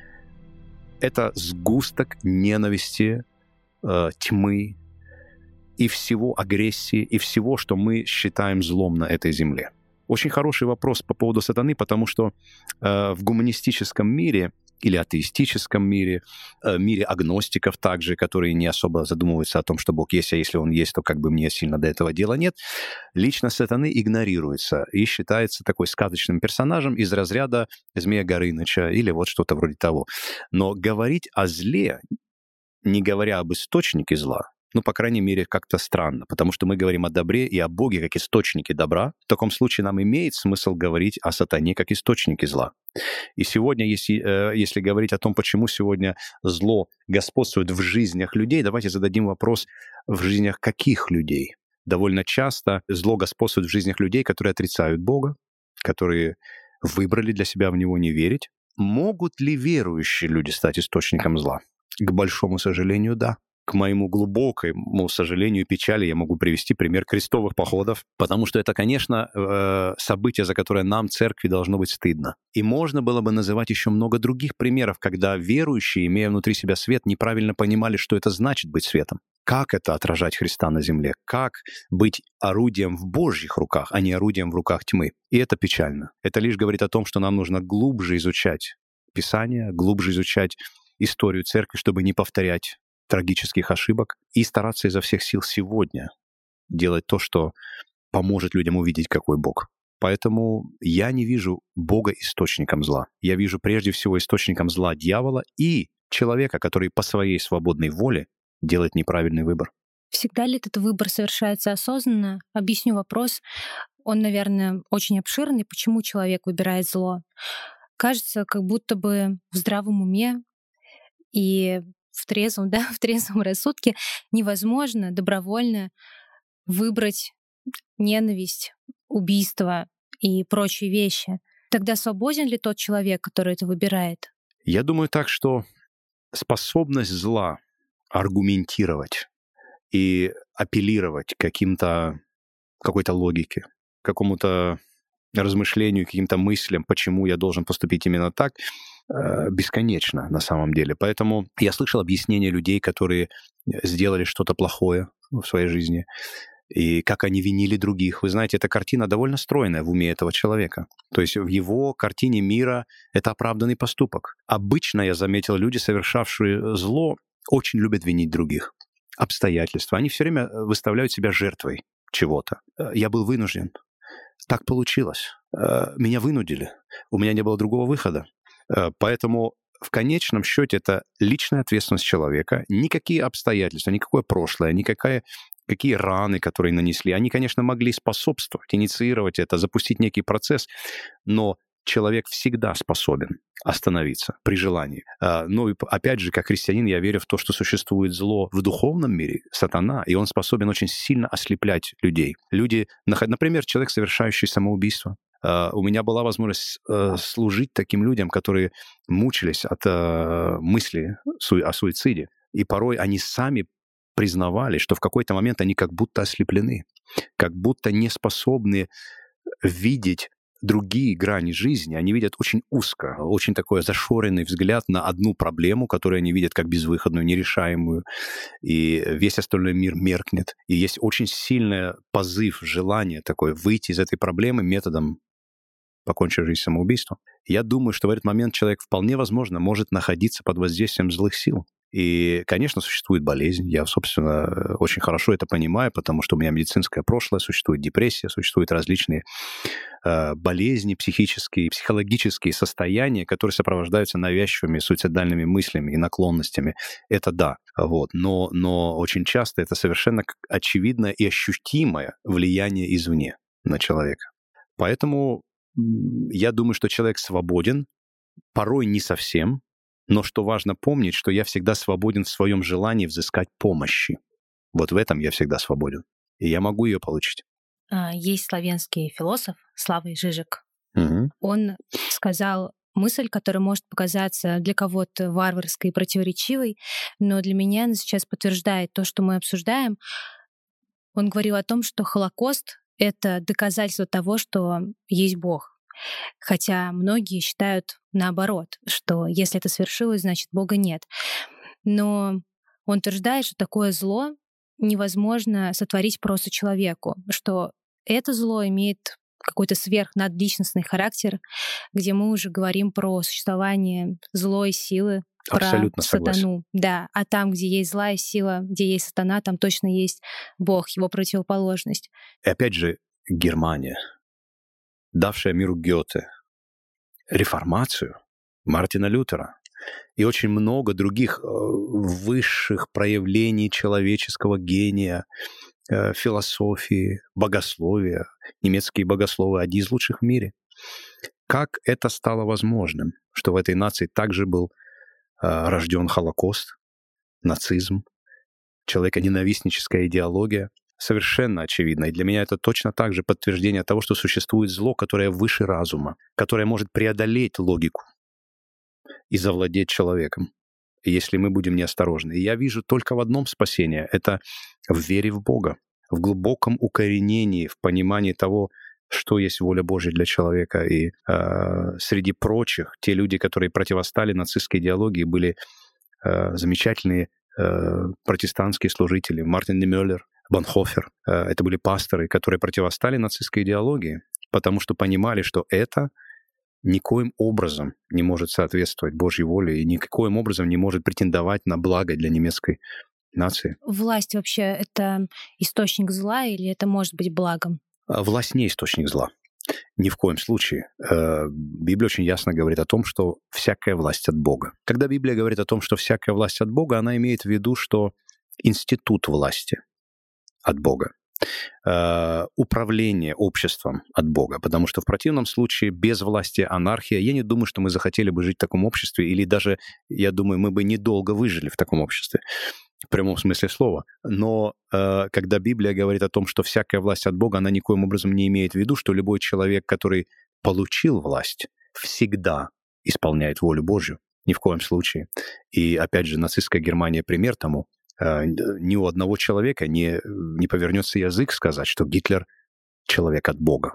Это сгусток ненависти, тьмы и всего агрессии, и всего, что мы считаем злом на этой земле. Очень хороший вопрос по поводу сатаны, потому что в гуманистическом мире или атеистическом мире, мире агностиков также, которые не особо задумываются о том, что Бог есть, а если Он есть, то как бы мне сильно до этого дела нет, личность сатаны игнорируется и считается такой сказочным персонажем из разряда Змея Горыныча или вот что-то вроде того. Но говорить о зле, не говоря об источнике зла, ну, по крайней мере, как-то странно, потому что мы говорим о добре и о Боге как источнике добра. В таком случае нам имеет смысл говорить о сатане как источнике зла. И сегодня, если говорить о том, почему сегодня зло господствует в жизнях людей, давайте зададим вопрос, в жизнях каких людей? Довольно часто зло господствует в жизнях людей, которые отрицают Бога, которые выбрали для себя в Него не верить. Могут ли верующие люди стать источником зла? К большому сожалению, да. к моему глубокому сожалению и печали я могу привести пример крестовых походов, потому что это, конечно, событие, за которое нам, церкви, должно быть стыдно. И можно было бы называть еще много других примеров, когда верующие, имея внутри себя свет, неправильно понимали, что это значит быть светом. Как это отражать Христа на земле? Как быть орудием в Божьих руках, а не орудием в руках тьмы? И это печально. Это лишь говорит о том, что нам нужно глубже изучать Писание, глубже изучать историю церкви, чтобы не повторять трагических ошибок, и стараться изо всех сил сегодня делать то, что поможет людям увидеть, какой Бог. Поэтому я не вижу Бога источником зла. Я вижу прежде всего источником зла дьявола и человека, который по своей свободной воле делает неправильный выбор. Всегда ли этот выбор совершается осознанно? Объясню вопрос. Он, наверное, очень обширный. Почему человек выбирает зло? Кажется, как будто бы в здравом уме и в трезвом рассудке невозможно добровольно выбрать ненависть, убийство и прочие вещи. Тогда свободен ли тот человек, который это выбирает? Я думаю так, что способность зла аргументировать и апеллировать какой-то логике, какому-то размышлению, каким-то мыслям, почему я должен поступить именно так, бесконечно на самом деле. Поэтому я слышал объяснения людей, которые сделали что-то плохое в своей жизни, и как они винили других. Вы знаете, эта картина довольно стройная в уме этого человека. То есть в его картине мира это оправданный поступок. Обычно, я заметил, люди, совершавшие зло, очень любят винить других. Обстоятельства. Они все время выставляют себя жертвой чего-то. Я был вынужден. Так получилось. Меня вынудили. У меня не было другого выхода. Поэтому в конечном счете это личная ответственность человека. Никакие обстоятельства, никакое прошлое, какие раны, которые нанесли, они, конечно, могли способствовать, инициировать это, запустить некий процесс, но человек всегда способен остановиться при желании. Но, опять же, как христианин, я верю в то, что существует зло в духовном мире, сатана, и он способен очень сильно ослеплять людей. Люди, например, человек, совершающий самоубийство. У меня была возможность служить таким людям, которые мучились от мысли о суициде. И порой они сами признавали, что в какой-то момент они как будто ослеплены, как будто не способны видеть другие грани жизни. Они видят очень узко, очень такой зашоренный взгляд на одну проблему, которую они видят как безвыходную, нерешаемую, и весь остальной мир меркнет. И есть очень сильный позыв, желание такое выйти из этой проблемы методом покончить жизнь самоубийством. Я думаю, что в этот момент человек вполне возможно может находиться под воздействием злых сил. И, конечно, существует болезнь. Я, собственно, очень хорошо это понимаю, потому что у меня медицинское прошлое, существует депрессия, существуют различные болезни психические, психологические состояния, которые сопровождаются навязчивыми суицидальными мыслями и наклонностями. Это да. Вот. Но очень часто это совершенно очевидное и ощутимое влияние извне на человека. Поэтому я думаю, что человек свободен, порой не совсем, но что важно помнить, что я всегда свободен в своем желании взыскать помощи. Вот в этом я всегда свободен. И я могу ее получить. Есть славянский философ Славой Žižek. Угу. Он сказал мысль, которая может показаться для кого-то варварской и противоречивой, но для меня она сейчас подтверждает то, что мы обсуждаем. Он говорил о том, что Холокост — это доказательство того, что есть Бог. Хотя многие считают наоборот, что если это свершилось, значит, Бога нет. Но он утверждает, что такое зло невозможно сотворить просто человеку, что это зло имеет какой-то сверхнадличностный характер, где мы уже говорим про существование злой силы, Абсолютно про сатану. Согласен. Да, а там, где есть злая сила, где есть сатана, там точно есть Бог, его противоположность. И опять же, Германия, давшая миру Гёте, реформацию Мартина Лютера и очень много других высших проявлений человеческого гения, философии, богословия. Немецкие богословы — одни из лучших в мире. Как это стало возможным, что в этой нации также был рожден Холокост, нацизм, человеконенавистническая идеология? Совершенно очевидно. И для меня это точно так же подтверждение того, что существует зло, которое выше разума, которое может преодолеть логику и завладеть человеком. если мы будем неосторожны. И я вижу только в одном спасение — это в вере в Бога, в глубоком укоренении, в понимании того, что есть воля Божья для человека. И среди прочих, те люди, которые противостали нацистской идеологии, были замечательные протестантские служители. Мартин Немёллер, Бонхофер. Это были пасторы, которые противостали нацистской идеологии, потому что понимали, что это никоим образом не может соответствовать Божьей воле и никоим образом не может претендовать на благо для немецкой нации. Власть вообще — это источник зла или это может быть благом? Власть не источник зла. Ни в коем случае. Библия очень ясно говорит о том, что всякая власть от Бога. Когда Библия говорит о том, что всякая власть от Бога, она имеет в виду, что институт власти от Бога, управление обществом от Бога, потому что в противном случае без власти анархия. Я не думаю, что мы захотели бы жить в таком обществе, или даже, я думаю, мы бы недолго выжили в таком обществе, в прямом смысле слова. Но когда Библия говорит о том, что всякая власть от Бога, она никоим образом не имеет в виду, что любой человек, который получил власть, всегда исполняет волю Божью. Ни в коем случае. И опять же, нацистская Германия пример тому. Ни у одного человека не повернется язык сказать, что Гитлер — человек от Бога.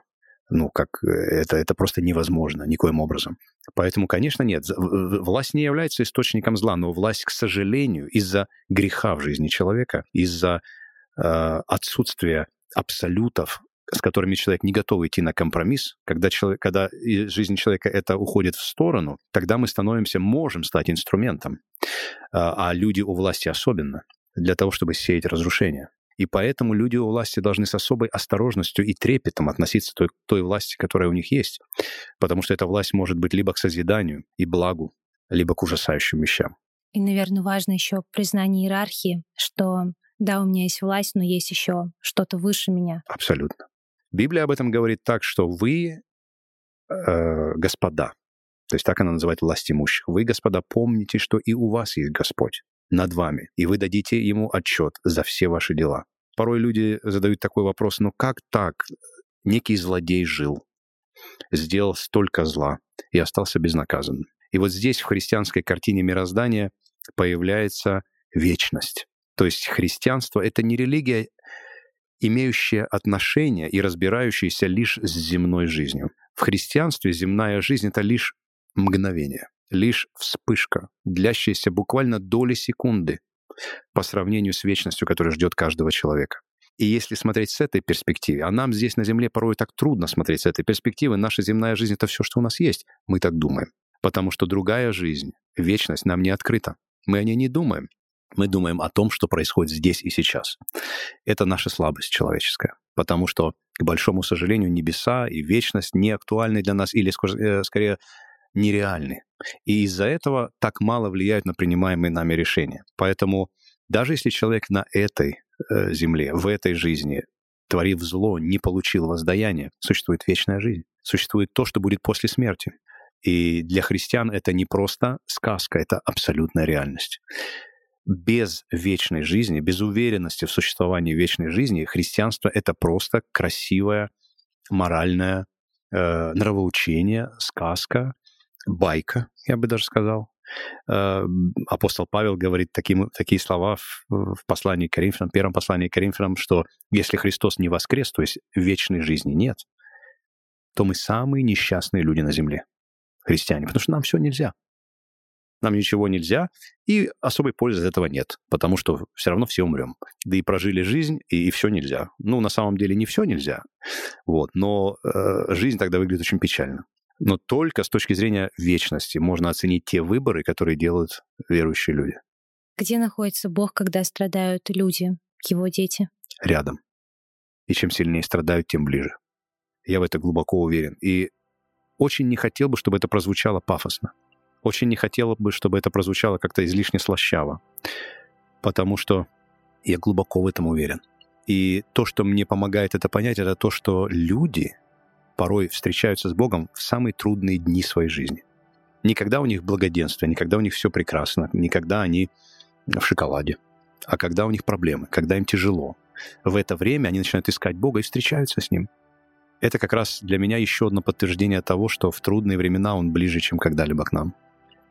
Это просто невозможно никоим образом. Поэтому, конечно, нет. Власть не является источником зла, но власть, к сожалению, из-за греха в жизни человека, из-за отсутствия абсолютов, с которыми человек не готов идти на компромисс, когда из жизни человека это уходит в сторону, тогда мы можем стать инструментом, а люди у власти особенно, для того, чтобы сеять разрушение. И поэтому люди у власти должны с особой осторожностью и трепетом относиться к той власти, которая у них есть, потому что эта власть может быть либо к созиданию и благу, либо к ужасающим вещам. И, наверное, важно еще признание иерархии, что да, у меня есть власть, но есть еще что-то выше меня. Абсолютно. Библия об этом говорит так, что вы, господа, то есть так она называет власть имущих, вы, господа, помните, что и у вас есть Господь над вами, и вы дадите ему отчет за все ваши дела. Порой люди задают такой вопрос: как так? Некий злодей жил, сделал столько зла и остался безнаказанным. И вот здесь в христианской картине мироздания появляется вечность. То есть христианство — это не религия, имеющая отношение и разбирающаяся лишь с земной жизнью. В христианстве земная жизнь — это лишь мгновение, лишь вспышка, длящаяся буквально доли секунды по сравнению с вечностью, которая ждет каждого человека. И если смотреть с этой перспективы, а нам здесь на Земле порой так трудно смотреть с этой перспективы, наша земная жизнь — это все, что у нас есть, мы так думаем. Потому что другая жизнь, вечность нам не открыта. Мы о ней не думаем. Мы думаем о том, что происходит здесь и сейчас. Это наша слабость человеческая. Потому что, к большому сожалению, небеса и вечность не актуальны для нас, или, скорее, нереальны. И из-за этого так мало влияют на принимаемые нами решения. Поэтому даже если человек на этой земле, в этой жизни, творив зло, не получил воздаяния, существует вечная жизнь. Существует то, что будет после смерти. И для христиан это не просто сказка, это абсолютная реальность. Без вечной жизни, без уверенности в существовании вечной жизни, христианство — это просто красивое моральное нравоучение, сказка, байка, я бы даже сказал. Апостол Павел говорит такие слова в послании к Коринфянам, первом послании к Коринфянам, что если Христос не воскрес, то есть вечной жизни нет, то мы самые несчастные люди на земле, христиане, потому что нам все нельзя. Нам ничего нельзя, и особой пользы от этого нет, потому что все равно все умрем. Да и прожили жизнь, и все нельзя. На самом деле не все нельзя, но жизнь тогда выглядит очень печально. Но только с точки зрения вечности можно оценить те выборы, которые делают верующие люди. Где находится Бог, когда страдают люди, его дети? Рядом. И чем сильнее страдают, тем ближе. Я в это глубоко уверен. И очень не хотел бы, чтобы это прозвучало пафосно. Очень не хотел бы, чтобы это прозвучало как-то излишне слащаво. Потому что я глубоко в этом уверен. И то, что мне помогает это понять, это то, что люди порой встречаются с Богом в самые трудные дни своей жизни. Никогда у них благоденствие, никогда у них все прекрасно, никогда они в шоколаде, а когда у них проблемы, когда им тяжело. В это время они начинают искать Бога и встречаются с Ним. Это как раз для меня еще одно подтверждение того, что в трудные времена Он ближе, чем когда-либо к нам.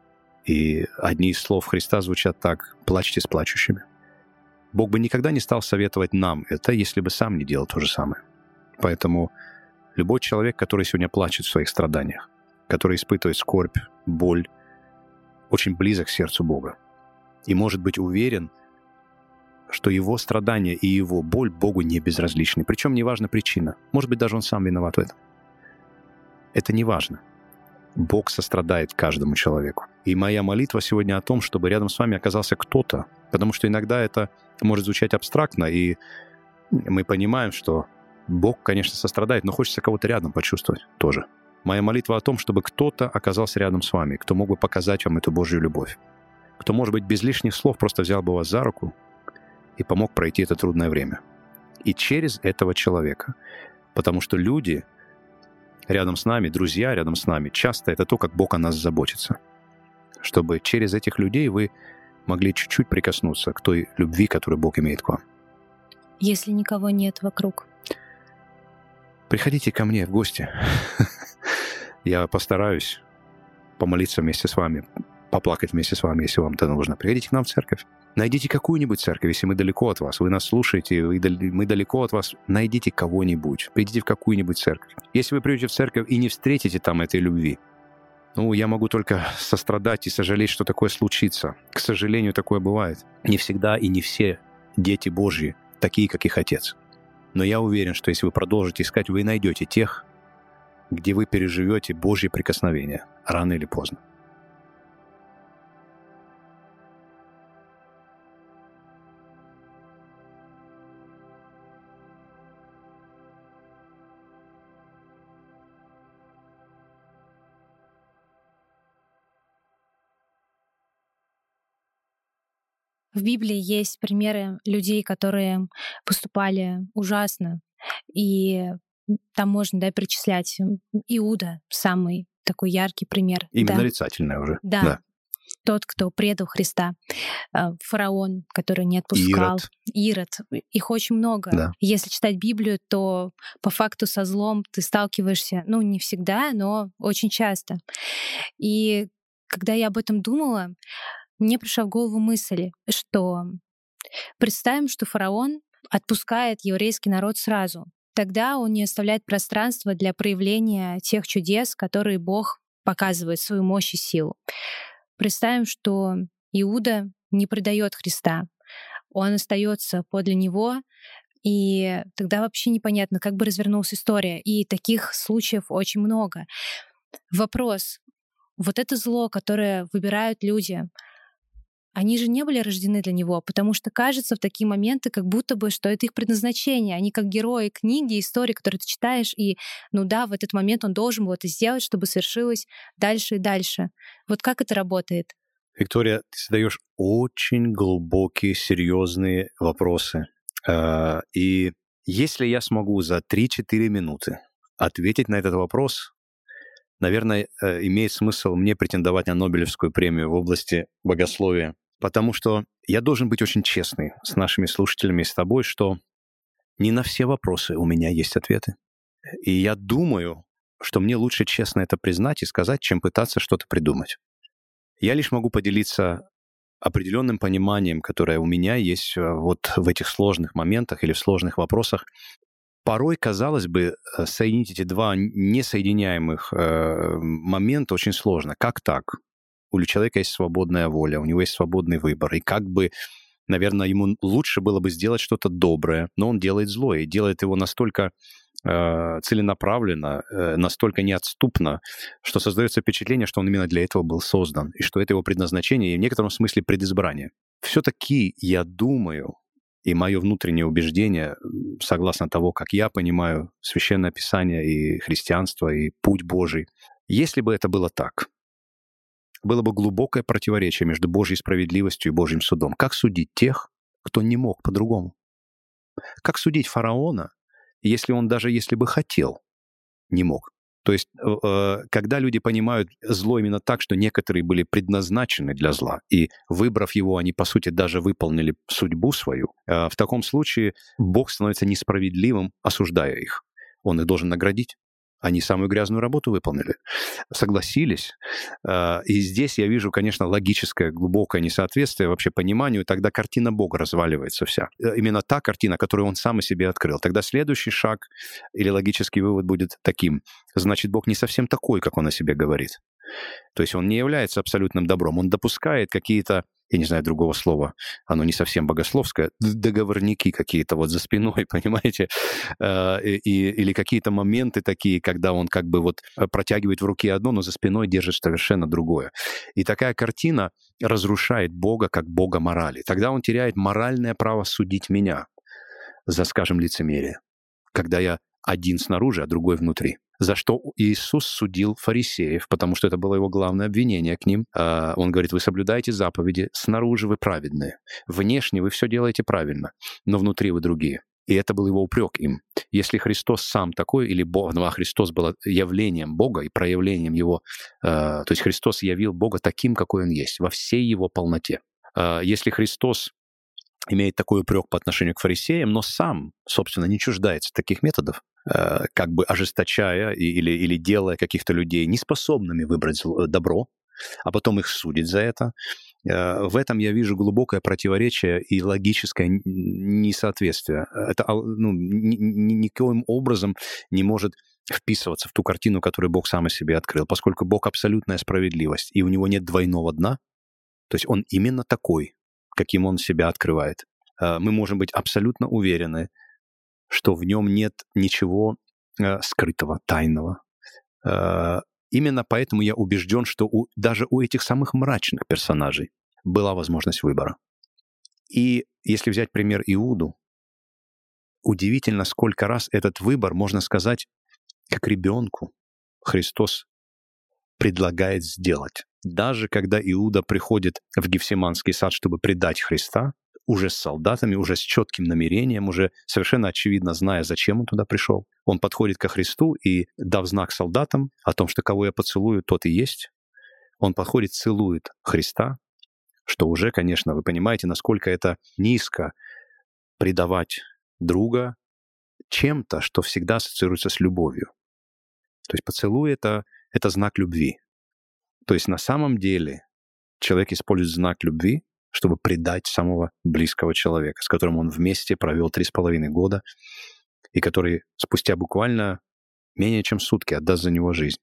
И одни из слов Христа звучат так: «Плачьте с плачущими». Бог бы никогда не стал советовать нам это, если бы сам не делал то же самое. Поэтому любой человек, который сегодня плачет в своих страданиях, который испытывает скорбь, боль, очень близок к сердцу Бога. И может быть уверен, что его страдания и его боль Богу не безразличны. Причем неважна причина. Может быть, даже он сам виноват в этом. Это не важно. Бог сострадает каждому человеку. И моя молитва сегодня о том, чтобы рядом с вами оказался кто-то, потому что иногда это может звучать абстрактно, и мы понимаем, что Бог, конечно, сострадает, но хочется кого-то рядом почувствовать тоже. Моя молитва о том, чтобы кто-то оказался рядом с вами, кто мог бы показать вам эту Божью любовь, кто, может быть, без лишних слов просто взял бы вас за руку и помог пройти это трудное время. И через этого человека. Потому что люди рядом с нами, друзья рядом с нами, часто это то, как Бог о нас заботится. Чтобы через этих людей вы могли чуть-чуть прикоснуться к той любви, которую Бог имеет к вам. Если никого нет вокруг. Приходите ко мне в гости. Я постараюсь помолиться вместе с вами, поплакать вместе с вами, если вам это нужно. Приходите к нам в церковь. Найдите какую-нибудь церковь, если мы далеко от вас. Вы нас слушаете, мы далеко от вас. Найдите кого-нибудь. Придите в какую-нибудь церковь. Если вы придете в церковь и не встретите там этой любви, я могу только сострадать и сожалеть, что такое случится. К сожалению, такое бывает. Не всегда и не все дети Божьи такие, как их Отец. Но я уверен, что если вы продолжите искать, вы найдете тех, где вы переживете Божье прикосновение рано или поздно. В Библии есть примеры людей, которые поступали ужасно, и там можно, перечислять. Иуда — самый такой яркий пример. Именно нарицательное уже. Да. Тот, кто предал Христа. Фараон, который не отпускал. Ирод. Их очень много. Да. Если читать Библию, то по факту со злом ты сталкиваешься, не всегда, но очень часто. И когда я об этом думала, мне пришла в голову мысль, что представим, что фараон отпускает еврейский народ сразу. Тогда он не оставляет пространства для проявления тех чудес, которые Бог показывает, свою мощь и силу. Представим, что Иуда не предает Христа. Он остается подле него, и тогда вообще непонятно, как бы развернулась история. И таких случаев очень много. Вопрос. Вот это зло, которое выбирают люди, они же не были рождены для него, потому что кажется в такие моменты, как будто бы, что это их предназначение. Они как герои книги, истории, которые ты читаешь, и, в этот момент он должен был это сделать, чтобы свершилось дальше и дальше. Вот как это работает? Виктория, ты задаешь очень глубокие, серьезные вопросы. И если я смогу за 3-4 минуты ответить на этот вопрос, наверное, имеет смысл мне претендовать на Нобелевскую премию в области богословия. Потому что я должен быть очень честный с нашими слушателями и с тобой, что не на все вопросы у меня есть ответы. И я думаю, что мне лучше честно это признать и сказать, чем пытаться что-то придумать. Я лишь могу поделиться определенным пониманием, которое у меня есть вот в этих сложных моментах или в сложных вопросах. Порой, казалось бы, соединить эти два несоединяемых момента очень сложно. Как так? У человека есть свободная воля, у него есть свободный выбор. И как бы, наверное, ему лучше было бы сделать что-то доброе, но он делает злое, и делает его настолько целенаправленно, настолько неотступно, что создается впечатление, что он именно для этого был создан, и что это его предназначение, и в некотором смысле предизбрание. Все-таки я думаю, и мое внутреннее убеждение, согласно того, как я понимаю Священное Писание и христианство, и путь Божий, если бы это было так, было бы глубокое противоречие между Божьей справедливостью и Божьим судом. Как судить тех, кто не мог по-другому? Как судить фараона, если бы хотел, не мог? То есть, когда люди понимают зло именно так, что некоторые были предназначены для зла, и, выбрав его, они, по сути, даже выполнили судьбу свою, в таком случае Бог становится несправедливым, осуждая их. Он их должен наградить. Они самую грязную работу выполнили, согласились. И здесь я вижу, конечно, логическое, глубокое несоответствие вообще пониманию, тогда картина Бога разваливается вся. Именно та картина, которую он сам и себе открыл. Тогда следующий шаг или логический вывод будет таким. Значит, Бог не совсем такой, как он о себе говорит. То есть он не является абсолютным добром, он допускает какие-то, я не знаю другого слова, оно не совсем богословское, договорники какие-то вот за спиной, понимаете, или какие-то моменты такие, когда он как бы вот протягивает в руке одно, но за спиной держит совершенно другое. И такая картина разрушает Бога как Бога морали. Тогда он теряет моральное право судить меня за, скажем, лицемерие, когда я один снаружи, а другой внутри. За что Иисус судил фарисеев, потому что это было его главное обвинение к ним. Он говорит, вы соблюдаете заповеди, снаружи вы праведные, внешне вы все делаете правильно, но внутри вы другие. И это был его упрек им. Если Христос сам такой, или Бог, ну, а Христос был явлением Бога и проявлением Его, то есть Христос явил Бога таким, какой Он есть, во всей Его полноте. Если Христос имеет такой упрек по отношению к фарисеям, но сам, собственно, не чуждается таких методов, как бы ожесточая или делая каких-то людей неспособными выбрать добро, а потом их судить за это. В этом я вижу глубокое противоречие и логическое несоответствие. Это никоим образом не может вписываться в ту картину, которую Бог сам о себе открыл, поскольку Бог — абсолютная справедливость, и у него нет двойного дна, то есть он именно такой, каким он себя открывает. Мы можем быть абсолютно уверены, что в нем нет ничего скрытого, тайного. Именно поэтому я убежден, что даже у этих самых мрачных персонажей была возможность выбора. И если взять пример Иуду, удивительно, сколько раз этот выбор, можно сказать, как ребенку Христос предлагает сделать. Даже когда Иуда приходит в Гефсиманский сад, чтобы предать Христа, уже с солдатами, уже с четким намерением, уже совершенно очевидно зная, зачем он туда пришел, он подходит ко Христу и, дав знак солдатам о том, что кого я поцелую, тот и есть, он подходит, целует Христа, что уже, конечно, вы понимаете, насколько это низко предавать друга чем-то, что всегда ассоциируется с любовью. То есть поцелуй — это знак любви. То есть на самом деле человек использует знак любви, чтобы предать самого близкого человека, с которым он вместе провел 3,5 года, и который спустя буквально менее чем сутки отдаст за него жизнь.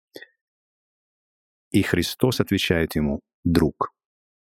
И Христос отвечает ему «друг».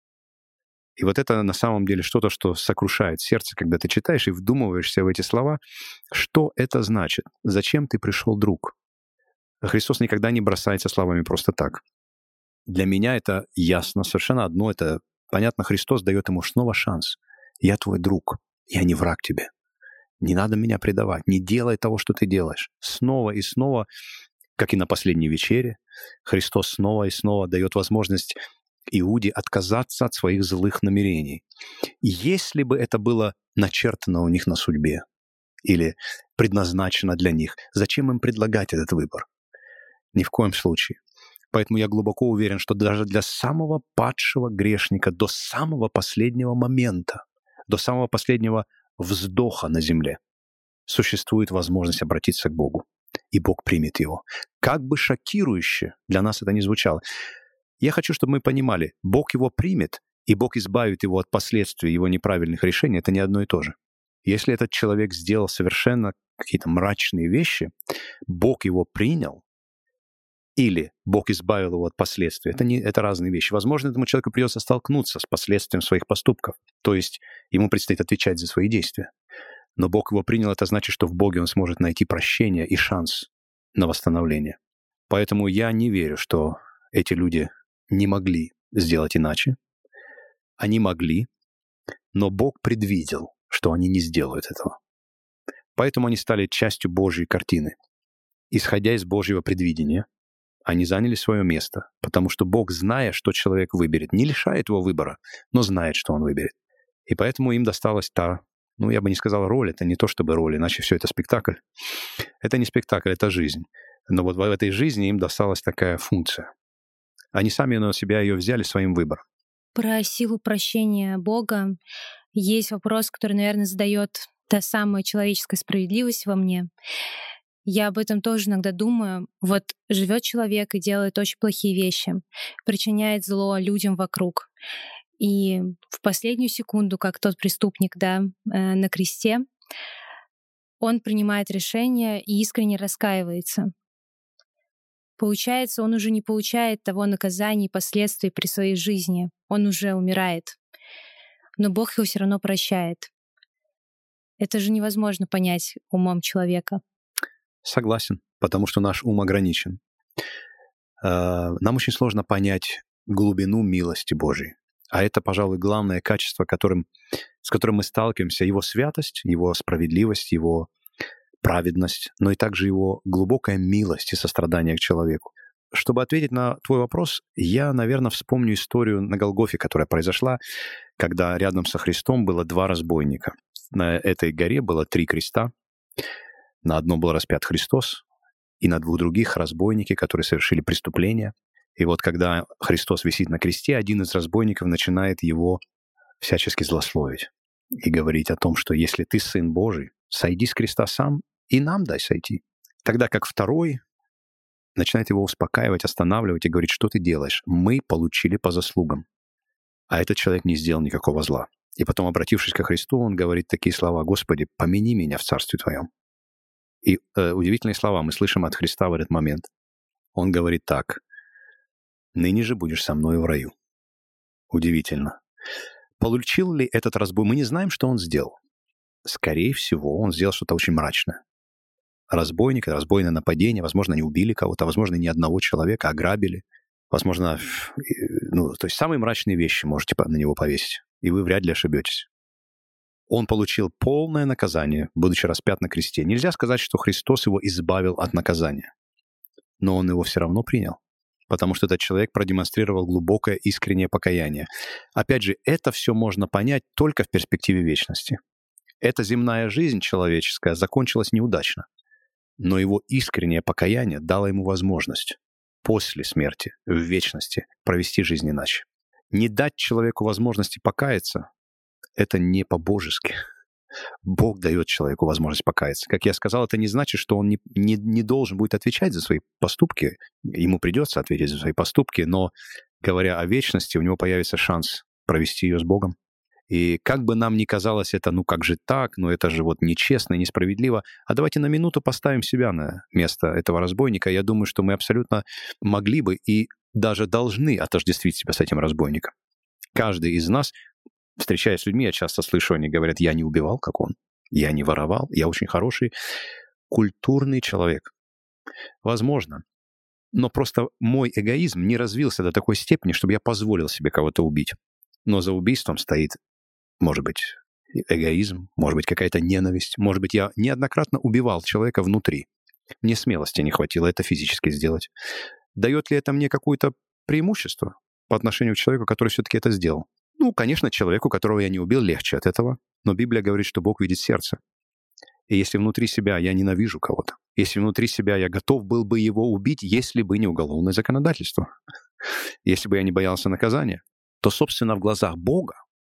И вот это на самом деле что-то, что сокрушает сердце, когда ты читаешь и вдумываешься в эти слова. Что это значит? Зачем ты пришел, друг? Христос никогда не бросается словами просто так. Для меня это ясно, совершенно одно. Это понятно, Христос дает ему снова шанс. Я твой друг, я не враг тебе. Не надо меня предавать, не делай того, что ты делаешь. Снова и снова, как и на последней вечере, Христос снова и снова дает возможность Иуде отказаться от своих злых намерений. Если бы это было начертано у них на судьбе или предназначено для них, зачем им предлагать этот выбор? Ни в коем случае. Поэтому я глубоко уверен, что даже для самого падшего грешника до самого последнего момента, до самого последнего вздоха на земле существует возможность обратиться к Богу, и Бог примет его. Как бы шокирующе для нас это ни звучало, я хочу, чтобы мы понимали, Бог его примет, и Бог избавит его от последствий его неправильных решений, это не одно и то же. Если этот человек сделал совершенно какие-то мрачные вещи, Бог его принял, или Бог избавил его от последствий. Это разные вещи. Возможно, этому человеку придется столкнуться с последствием своих поступков. То есть ему предстоит отвечать за свои действия. Но Бог его принял, это значит, что в Боге он сможет найти прощение и шанс на восстановление. Поэтому я не верю, что эти люди не могли сделать иначе. Они могли, но Бог предвидел, что они не сделают этого. Поэтому они стали частью Божьей картины. Исходя из Божьего предвидения, они заняли свое место, потому что Бог, зная, что человек выберет, не лишает его выбора, но знает, что он выберет. И поэтому им досталась та, я бы не сказал роль, это не то чтобы роль, иначе все это спектакль. Это не спектакль, это жизнь. Но вот в этой жизни им досталась такая функция. Они сами на себя ее взяли своим выбором. Про силу прощения Бога есть вопрос, который, наверное, задает та самая человеческая справедливость во мне. Я об этом тоже иногда думаю. Вот живет человек и делает очень плохие вещи, причиняет зло людям вокруг. И в последнюю секунду, как тот преступник, да, на кресте, он принимает решение и искренне раскаивается. Получается, он уже не получает того наказания и последствий при своей жизни. Он уже умирает. Но Бог его все равно прощает. Это же невозможно понять умом человека. Согласен, потому что наш ум ограничен. Нам очень сложно понять глубину милости Божьей. А это, пожалуй, главное качество, с которым мы сталкиваемся. Его святость, его справедливость, его праведность, но и также его глубокая милость и сострадание к человеку. Чтобы ответить на твой вопрос, я, наверное, вспомню историю на Голгофе, которая произошла, когда рядом со Христом было 2 разбойника. На этой горе было 3 креста. На одном был распят Христос, и на 2 других разбойники, которые совершили преступление. И вот когда Христос висит на кресте, один из разбойников начинает его всячески злословить и говорить о том, что если ты Сын Божий, сойди с креста сам и нам дай сойти. Тогда как второй начинает его успокаивать, останавливать и говорить, что ты делаешь? Мы получили по заслугам. А этот человек не сделал никакого зла. И потом, обратившись ко Христу, он говорит такие слова: «Господи, помяни меня в Царстве Твоем». И удивительные слова мы слышим от Христа в этот момент. Он говорит так: «Ныне же будешь со мной в раю». Удивительно. Получил ли этот разбойник? Мы не знаем, что он сделал. Скорее всего, он сделал что-то очень мрачное. Разбойник, разбойное нападение, возможно, они убили кого-то, возможно, ни одного человека, ограбили. Возможно, то есть самые мрачные вещи можете на него повесить, и вы вряд ли ошибетесь. Он получил полное наказание, будучи распят на кресте. Нельзя сказать, что Христос его избавил от наказания, но он его все равно принял, потому что этот человек продемонстрировал глубокое искреннее покаяние. Опять же, это все можно понять только в перспективе вечности. Эта земная жизнь человеческая закончилась неудачно, но его искреннее покаяние дало ему возможность после смерти, в вечности, провести жизнь иначе. Не дать человеку возможности покаяться — это не по-божески. Бог дает человеку возможность покаяться. Как я сказал, это не значит, что он не должен будет отвечать за свои поступки. Ему придется ответить за свои поступки, но, говоря о вечности, у него появится шанс провести ее с Богом. И как бы нам ни казалось это, как же так, это же нечестно и несправедливо, а давайте на минуту поставим себя на место этого разбойника. Я думаю, что мы абсолютно могли бы и даже должны отождествить себя с этим разбойником. Каждый из нас, встречаясь с людьми, я часто слышу, они говорят: «Я не убивал, как он, я не воровал, я очень хороший, культурный человек». Возможно, но просто мой эгоизм не развился до такой степени, чтобы я позволил себе кого-то убить. Но за убийством стоит, может быть, эгоизм, может быть, какая-то ненависть, может быть, я неоднократно убивал человека внутри. Мне смелости не хватило это физически сделать. Дает ли это мне какое-то преимущество по отношению к человеку, который все-таки это сделал? Конечно, человеку, которого я не убил, легче от этого, но Библия говорит, что Бог видит сердце. И если внутри себя я ненавижу кого-то, если внутри себя я готов был бы его убить, если бы не уголовное законодательство, если бы я не боялся наказания, то, собственно, в глазах Бога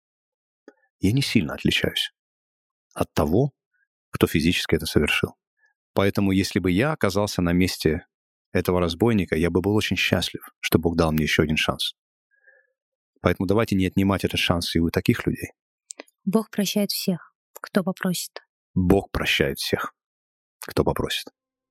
я не сильно отличаюсь от того, кто физически это совершил. Поэтому, если бы я оказался на месте этого разбойника, я бы был очень счастлив, что Бог дал мне еще один шанс. Поэтому давайте не отнимать этот шанс и у таких людей. Бог прощает всех, кто попросит. Бог прощает всех, кто попросит.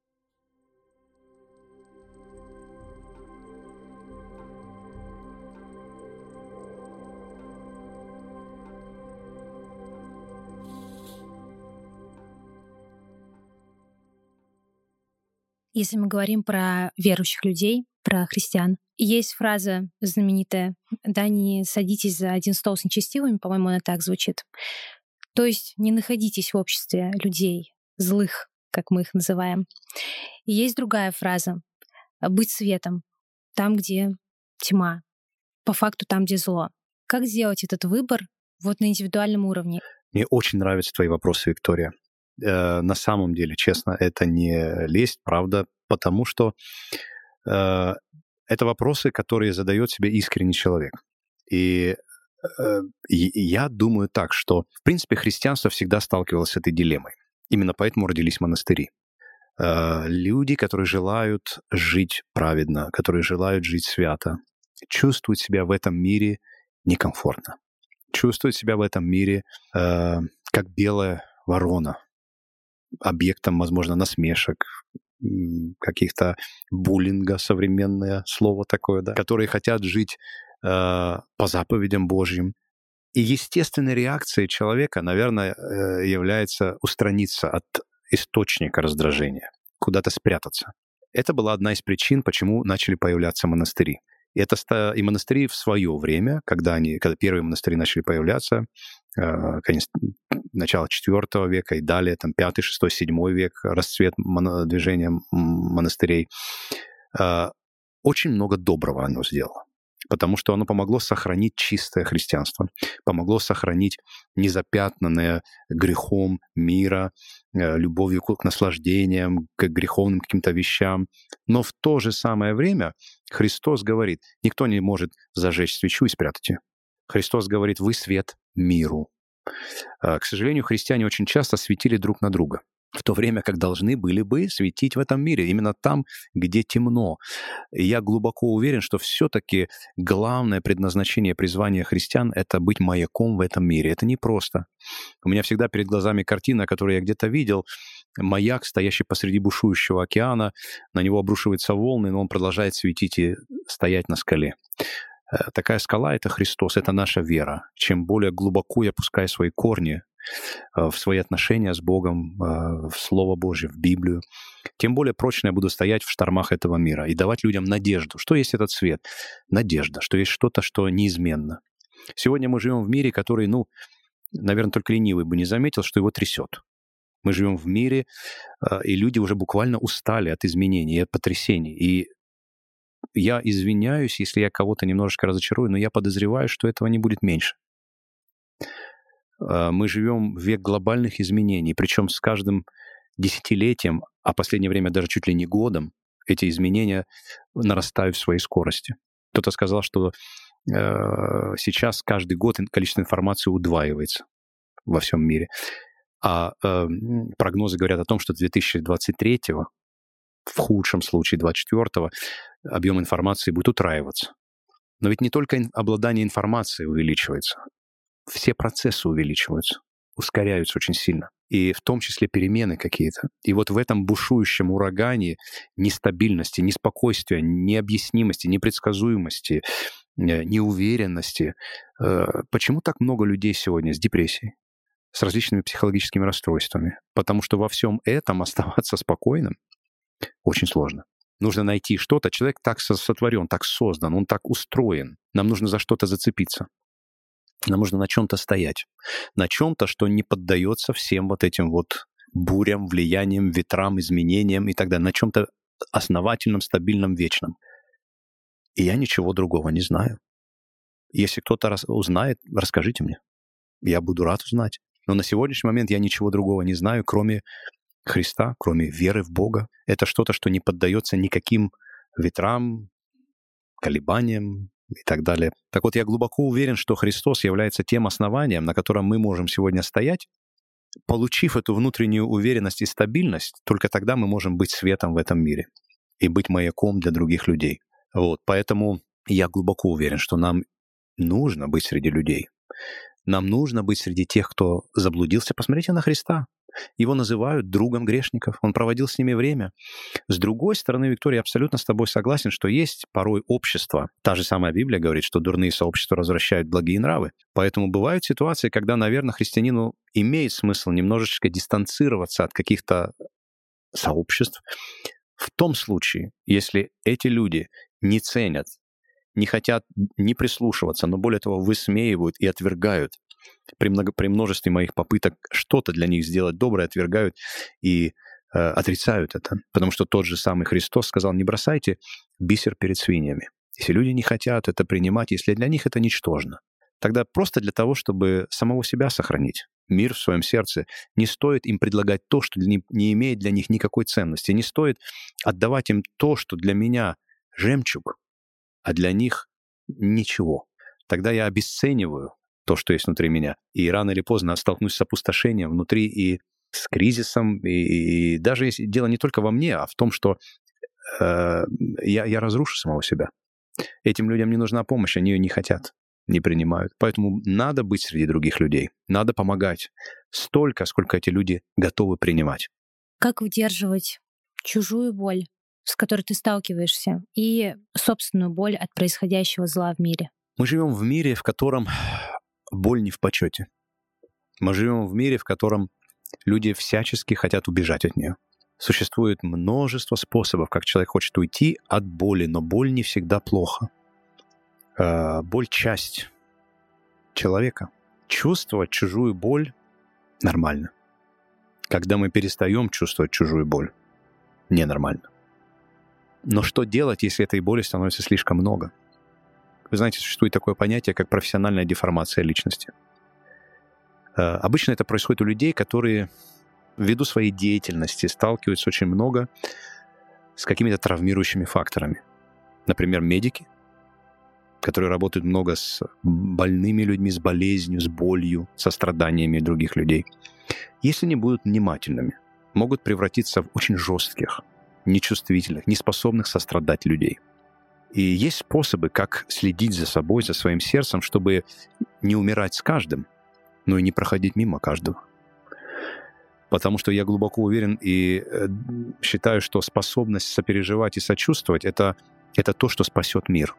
Если мы говорим про верующих людей, про христиан, есть фраза знаменитая: «Да, не садитесь за один стол с нечестивыми», по-моему, она так звучит. То есть не находитесь в обществе людей злых, как мы их называем. И есть другая фраза: быть светом там, где тьма, по факту там, где зло. Как сделать этот выбор на индивидуальном уровне? Мне очень нравятся твои вопросы, Виктория. На самом деле, честно, это не лесть, правда, потому что это вопросы, которые задает себе искренний человек. И я думаю так, что, в принципе, христианство всегда сталкивалось с этой дилеммой. Именно поэтому родились монастыри. Люди, которые желают жить праведно, которые желают жить свято, чувствуют себя в этом мире некомфортно. Чувствуют себя в этом мире как белая ворона, объектом, возможно, насмешек, каких-то буллинга, современное слово такое, да, которые хотят жить по заповедям Божьим. И естественной реакцией человека, наверное, является устраниться от источника раздражения, куда-то спрятаться. Это была одна из причин, почему начали появляться монастыри. И монастыри в свое время, когда первые монастыри начали появляться, конец начала IV века и далее, там, V, VI, VII век, расцвет движения монастырей, очень много доброго оно сделало. Потому что оно помогло сохранить чистое христианство, помогло сохранить незапятнанное грехом мира, любовью к наслаждениям, к греховным каким-то вещам. Но в то же самое время Христос говорит, никто не может зажечь свечу и спрятать ее. Христос говорит, вы свет миру. К сожалению, христиане очень часто светили друг на друга, в то время как должны были бы светить в этом мире, именно там, где темно. И я глубоко уверен, что все-таки главное предназначение, призвание христиан — это быть маяком в этом мире. Это непросто. У меня всегда перед глазами картина, которую я где-то видел, маяк, стоящий посреди бушующего океана, на него обрушиваются волны, но он продолжает светить и стоять на скале. Такая скала — это Христос, это наша вера. Чем более глубоко я пускаю свои корни в свои отношения с Богом, в Слово Божье, в Библию, тем более прочно я буду стоять в штормах этого мира и давать людям надежду. Что есть этот свет? Надежда, что есть что-то, что неизменно. Сегодня мы живем в мире, который, наверное, только ленивый бы не заметил, что его трясет. Мы живем в мире, и люди уже буквально устали от изменений, от потрясений. И я извиняюсь, если я кого-то немножечко разочарую, но я подозреваю, что этого не будет меньше. Мы живем в век глобальных изменений, причем с каждым десятилетием, а в последнее время даже чуть ли не годом, эти изменения нарастают в своей скорости. Кто-то сказал, что сейчас каждый год количество информации удваивается во всем мире. А прогнозы говорят о том, что 2023-го, в худшем случае 2024-го, объем информации будет утраиваться. Но ведь не только обладание информацией увеличивается, все процессы увеличиваются, ускоряются очень сильно. И в том числе перемены какие-то. И вот в этом бушующем урагане нестабильности, неспокойствия, необъяснимости, непредсказуемости, неуверенности, почему так много людей сегодня с депрессией, с различными психологическими расстройствами? Потому что во всем этом оставаться спокойным очень сложно. Нужно найти что-то. Человек так сотворен, так создан, он так устроен. Нам нужно за что-то зацепиться. Нам нужно на чем-то стоять. На чем-то, что не поддается всем вот этим вот бурям, влияниям, ветрам, изменениям и так далее. На чем-то основательном, стабильном, вечном. И я ничего другого не знаю. Если кто-то узнает, расскажите мне. Я буду рад узнать. Но на сегодняшний момент я ничего другого не знаю, кроме Христа, кроме веры в Бога. Это что-то, что не поддается никаким ветрам, колебаниям и так далее. Так вот, я глубоко уверен, что Христос является тем основанием, на котором мы можем сегодня стоять. Получив эту внутреннюю уверенность и стабильность, только тогда мы можем быть светом в этом мире и быть маяком для других людей. Вот, поэтому я глубоко уверен, что нам нужно быть среди людей. Нам нужно быть среди тех, кто заблудился. Посмотрите на Христа. Его называют другом грешников. Он проводил с ними время. С другой стороны, Виктория, я абсолютно с тобой согласен, что есть порой общество. Та же самая Библия говорит, что дурные сообщества развращают благие нравы. Поэтому бывают ситуации, когда, наверное, христианину имеет смысл немножечко дистанцироваться от каких-то сообществ. В том случае, если эти люди не ценят, не хотят не прислушиваться, но более того, высмеивают и отвергают при множестве моих попыток что-то для них сделать доброе, отвергают и отрицают это. Потому что тот же самый Христос сказал, не бросайте бисер перед свиньями. Если люди не хотят это принимать, если для них это ничтожно, тогда просто для того, чтобы самого себя сохранить, мир в своем сердце, не стоит им предлагать то, что не имеет для них никакой ценности. Не стоит отдавать им то, что для меня жемчуг, а для них ничего. Тогда я обесцениваю то, что есть внутри меня, и рано или поздно столкнусь с опустошением внутри и с кризисом. И даже если дело не только во мне, а в том, что я разрушу самого себя. Этим людям не нужна помощь, они ее не хотят, не принимают. Поэтому надо быть среди других людей, надо помогать столько, сколько эти люди готовы принимать. Как выдерживать чужую боль, с которой ты сталкиваешься, и собственную боль от происходящего зла в мире? Мы живем в мире, в котором боль не в почете. Мы живем в мире, в котором люди всячески хотят убежать от нее. Существует множество способов, как человек хочет уйти от боли, но боль не всегда плохо. Боль — часть человека. Чувствовать чужую боль нормально. Когда мы перестаем чувствовать чужую боль, ненормально. Но что делать, если этой боли становится слишком много? Вы знаете, существует такое понятие, как профессиональная деформация личности. Обычно это происходит у людей, которые ввиду своей деятельности сталкиваются очень много с какими-то травмирующими факторами. Например, медики, которые работают много с больными людьми, с болезнью, с болью, со страданиями других людей. Если не будут внимательными, могут превратиться в очень жестких, нечувствительных, неспособных сострадать людей. И есть способы, как следить за собой, за своим сердцем, чтобы не умирать с каждым, но и не проходить мимо каждого. Потому что я глубоко уверен и считаю, что способность сопереживать и сочувствовать — это то, что спасет мир.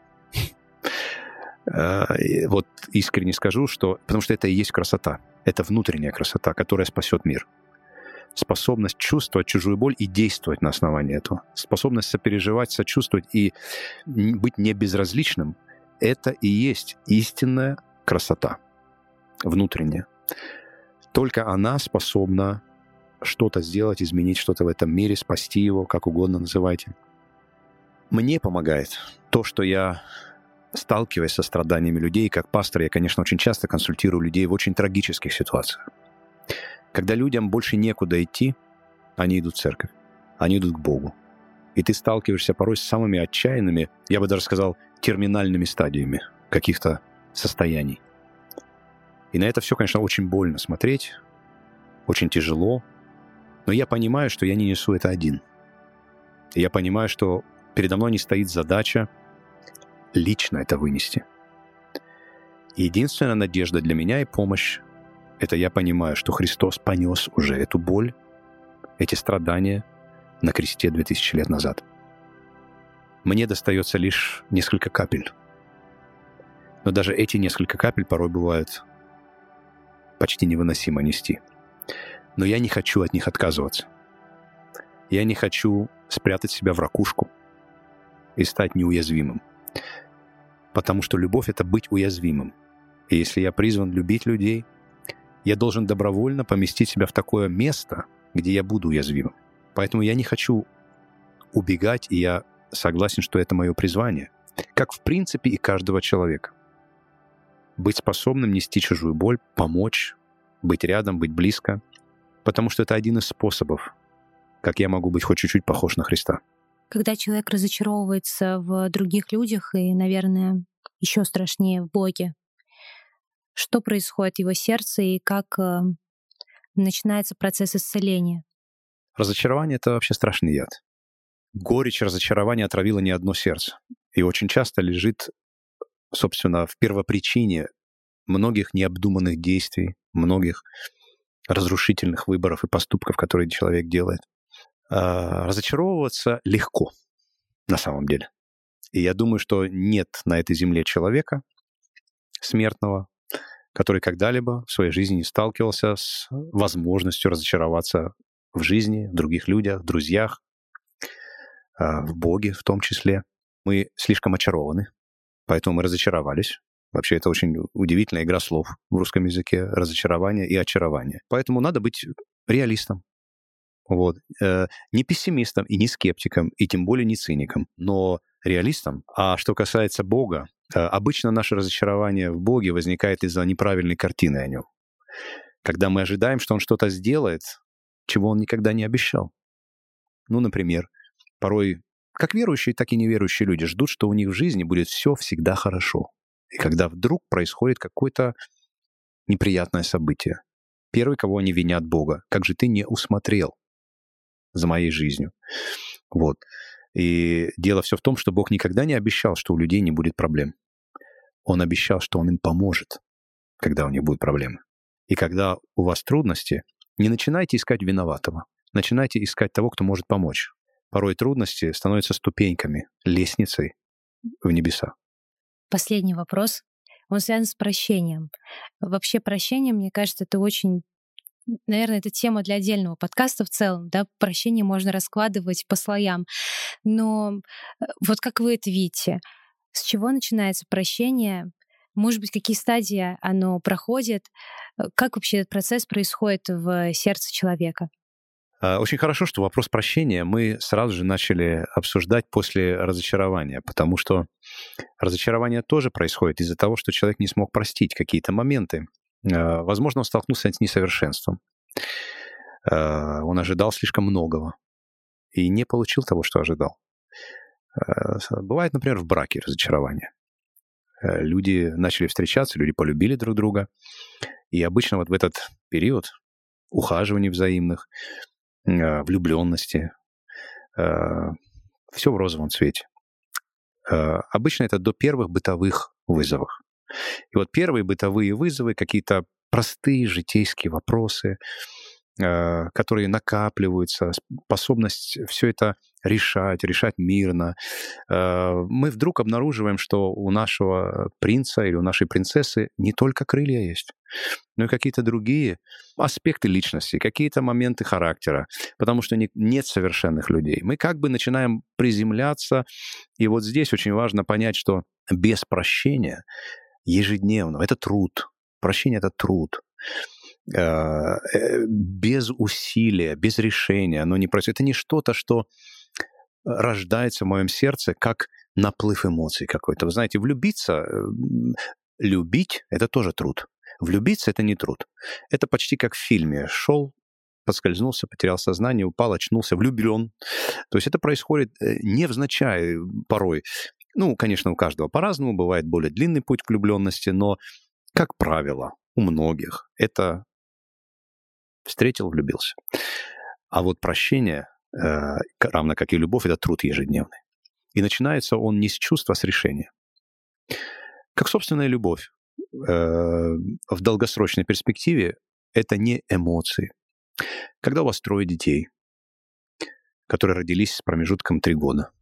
Вот искренне скажу, что... Потому что это и есть красота. Это внутренняя красота, которая спасет мир. Способность чувствовать чужую боль и действовать на основании этого. Способность сопереживать, сочувствовать и быть не безразличным — это и есть истинная красота. Внутренняя. Только она способна что-то сделать, изменить что-то в этом мире, спасти его, как угодно называйте. Мне помогает то, что я, сталкиваясь со страданиями людей, как пастор, я, конечно, очень часто консультирую людей в очень трагических ситуациях. Когда людям больше некуда идти, они идут в церковь, они идут к Богу. И ты сталкиваешься порой с самыми отчаянными, я бы даже сказал, терминальными стадиями каких-то состояний. И на это все, конечно, очень больно смотреть, очень тяжело. Но я понимаю, что я не несу это один. И я понимаю, что передо мной не стоит задача лично это вынести. И единственная надежда для меня и помощь — это я понимаю, что Христос понес уже эту боль, эти страдания на кресте 2000 лет назад. Мне достается лишь несколько капель. Но даже эти несколько капель порой бывают почти невыносимо нести. Но я не хочу от них отказываться. Я не хочу спрятать себя в ракушку и стать неуязвимым. Потому что любовь — это быть уязвимым. И если я призван любить людей, я должен добровольно поместить себя в такое место, где я буду уязвимым. Поэтому я не хочу убегать, и я согласен, что это мое призвание. Как в принципе и каждого человека. Быть способным нести чужую боль, помочь, быть рядом, быть близко. Потому что это один из способов, как я могу быть хоть чуть-чуть похож на Христа. Когда человек разочаровывается в других людях и, наверное, еще страшнее в Боге, что происходит в его сердце и как начинается процесс исцеления? Разочарование — это вообще страшный яд. Горечь разочарования отравила не одно сердце. И очень часто лежит, собственно, в первопричине многих необдуманных действий, многих разрушительных выборов и поступков, которые человек делает. Разочаровываться легко, на самом деле. И я думаю, что нет на этой земле человека, смертного, который когда-либо в своей жизни не сталкивался с возможностью разочароваться в жизни, в других людях, в друзьях, в Боге в том числе. Мы слишком очарованы, поэтому мы разочаровались. Вообще, это очень удивительная игра слов в русском языке. Разочарование и очарование. Поэтому надо быть реалистом. Вот. Не пессимистом и не скептиком, и тем более не циником, но реалистом. А что касается Бога, обычно наше разочарование в Боге возникает из-за неправильной картины о Нем. Когда мы ожидаем, что Он что-то сделает, чего Он никогда не обещал. Ну, например, порой как верующие, так и неверующие люди ждут, что у них в жизни будет все всегда хорошо. И когда вдруг происходит какое-то неприятное событие, Первый, кого они винят Бога. Как же ты не усмотрел за моей жизнью? Вот. И дело все в том, что Бог никогда не обещал, что у людей не будет проблем. Он обещал, что Он им поможет, когда у них будут проблемы. И когда у вас трудности, не начинайте искать виноватого. Начинайте искать того, кто может помочь. Порой трудности становятся ступеньками, лестницей в небеса. Последний вопрос. Он связан с прощением. Вообще прощение, мне кажется, это очень... Наверное, это тема для отдельного подкаста в целом, да, прощение можно раскладывать по слоям. Но вот как вы это видите? С чего начинается прощение? Может быть, какие стадии оно проходит? Как вообще этот процесс происходит в сердце человека? Очень хорошо, что вопрос прощения мы сразу же начали обсуждать после разочарования, потому что разочарование тоже происходит из-за того, что человек не смог простить какие-то моменты. Возможно, он столкнулся с несовершенством. Он ожидал слишком многого и не получил того, что ожидал. Бывает, например, в браке разочарование. Люди начали встречаться, люди полюбили друг друга, и обычно вот в этот период ухаживаний взаимных, влюбленности, все в розовом цвете. Обычно это до первых бытовых вызовов. И вот первые бытовые вызовы, какие-то простые житейские вопросы, которые накапливаются, способность все это решать мирно. Мы вдруг обнаруживаем, что у нашего принца или у нашей принцессы не только крылья есть, но и какие-то другие аспекты личности, какие-то моменты характера, потому что нет совершенных людей. Мы как бы начинаем приземляться, и вот здесь очень важно понять, что без прощения ежедневного — это труд. Прощение — это труд. Без усилия, без решения оно не происходит. Это не что-то, что рождается в моем сердце как наплыв эмоций какой-то. Вы знаете, любить — это тоже труд. Влюбиться — это не труд. Это почти как в фильме. Шел, поскользнулся, потерял сознание, упал, очнулся, влюблен. То есть это происходит невзначай порой. Ну, конечно, у каждого по-разному. Бывает более длинный путь к влюбленности, но, как правило, у многих это встретил, влюбился. А вот прощение, равно как и любовь, это труд ежедневный. И начинается он не с чувства, а с решения. Как собственная любовь в долгосрочной перспективе это не эмоции. Когда у вас 3 детей, которые родились с промежутком 3 года,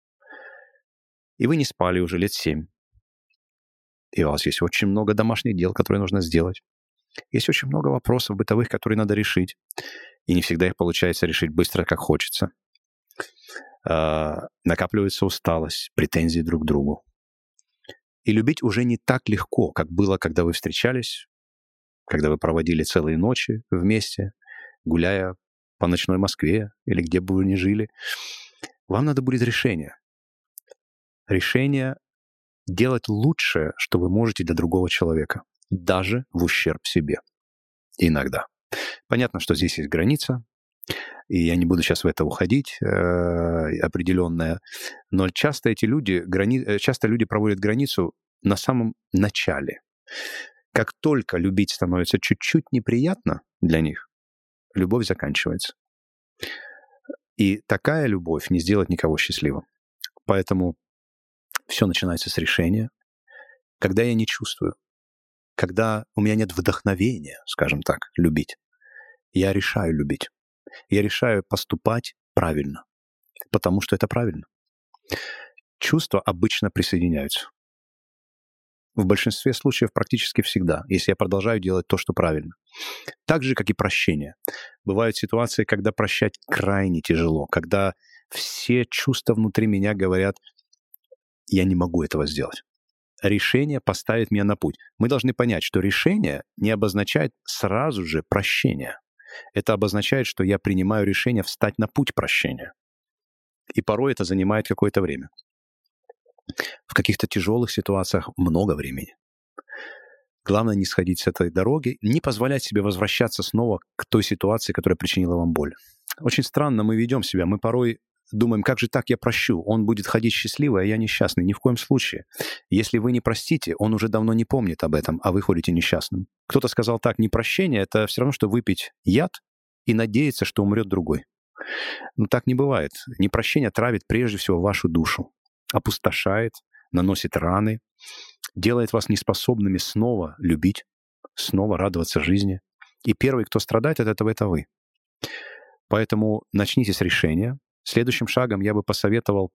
и вы не спали уже лет 7, и у вас есть очень много домашних дел, которые нужно сделать, есть очень много вопросов бытовых, которые надо решить, и не всегда их получается решить быстро, как хочется. Накапливается усталость, претензии друг к другу. И любить уже не так легко, как было, когда вы встречались, когда вы проводили целые ночи вместе, гуляя по ночной Москве или где бы вы ни жили. Вам надо будет решение. Решение делать лучшее, что вы можете для другого человека, даже в ущерб себе. Иногда. Понятно, что здесь есть граница, и я не буду сейчас в это уходить, определенная, но часто люди проводят границу на самом начале. Как только любить становится чуть-чуть неприятно для них, любовь заканчивается. И такая любовь не сделает никого счастливым. Поэтому все начинается с решения. Когда я не чувствую, когда у меня нет вдохновения, скажем так, любить, я решаю любить. Я решаю поступать правильно, потому что это правильно. Чувства обычно присоединяются. В большинстве случаев практически всегда, если я продолжаю делать то, что правильно. Так же, как и прощение. Бывают ситуации, когда прощать крайне тяжело, когда все чувства внутри меня говорят, я не могу этого сделать. Решение поставит меня на путь. Мы должны понять, что решение не обозначает сразу же прощение. Это обозначает, что я принимаю решение встать на путь прощения. И порой это занимает какое-то время. В каких-то тяжелых ситуациях много времени. Главное не сходить с этой дороги, не позволять себе возвращаться снова к той ситуации, которая причинила вам боль. Очень странно мы ведем себя. Мы порой думаем, как же так я прощу? Он будет ходить счастливый, а я несчастный. Ни в коем случае. Если вы не простите, он уже давно не помнит об этом, а вы ходите несчастным. Кто-то сказал так, непрощение — это все равно, что выпить яд и надеяться, что умрет другой. Но так не бывает. Непрощение травит прежде всего вашу душу, опустошает, наносит раны, делает вас неспособными снова любить, снова радоваться жизни. И первый, кто страдает от этого, это вы. Поэтому начните с решения. Следующим шагом я бы посоветовал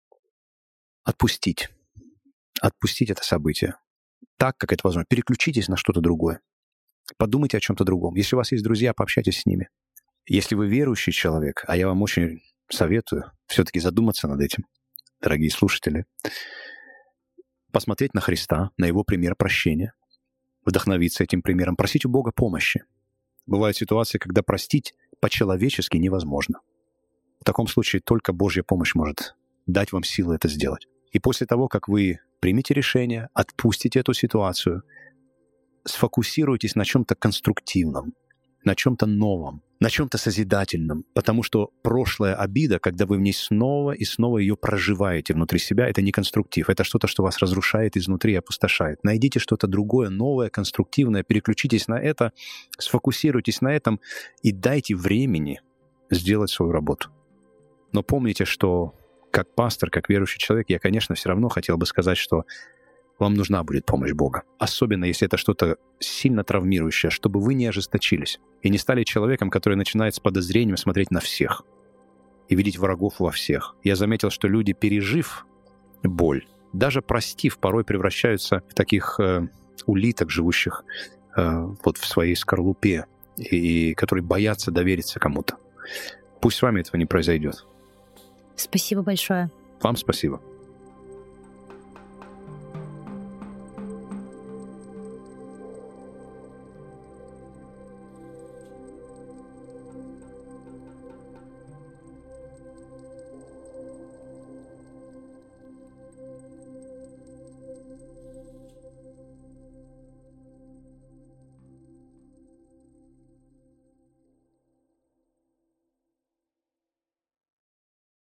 отпустить. Отпустить это событие. Так, как это возможно. Переключитесь на что-то другое. Подумайте о чем-то другом. Если у вас есть друзья, пообщайтесь с ними. Если вы верующий человек, а я вам очень советую все-таки задуматься над этим, дорогие слушатели, посмотреть на Христа, на Его пример прощения, вдохновиться этим примером, просить у Бога помощи. Бывают ситуации, когда простить по-человечески невозможно. В таком случае только Божья помощь может дать вам силы это сделать. И после того, как вы примете решение, отпустите эту ситуацию, сфокусируйтесь на чем-то конструктивном, на чем-то новом, на чем-то созидательном, потому что прошлая обида, когда вы в ней снова и снова ее проживаете внутри себя, это не конструктив, это что-то, что вас разрушает изнутри и опустошает. Найдите что-то другое, новое, конструктивное, переключитесь на это, сфокусируйтесь на этом и дайте времени сделать свою работу. Но помните, что как пастор, как верующий человек, я, конечно, все равно хотел бы сказать, что вам нужна будет помощь Бога. Особенно, если это что-то сильно травмирующее, чтобы вы не ожесточились и не стали человеком, который начинает с подозрением смотреть на всех и видеть врагов во всех. Я заметил, что люди, пережив боль, даже простив, порой превращаются в таких улиток, живущих вот в своей скорлупе, и которые боятся довериться кому-то. Пусть с вами этого не произойдет. Спасибо большое. Вам спасибо.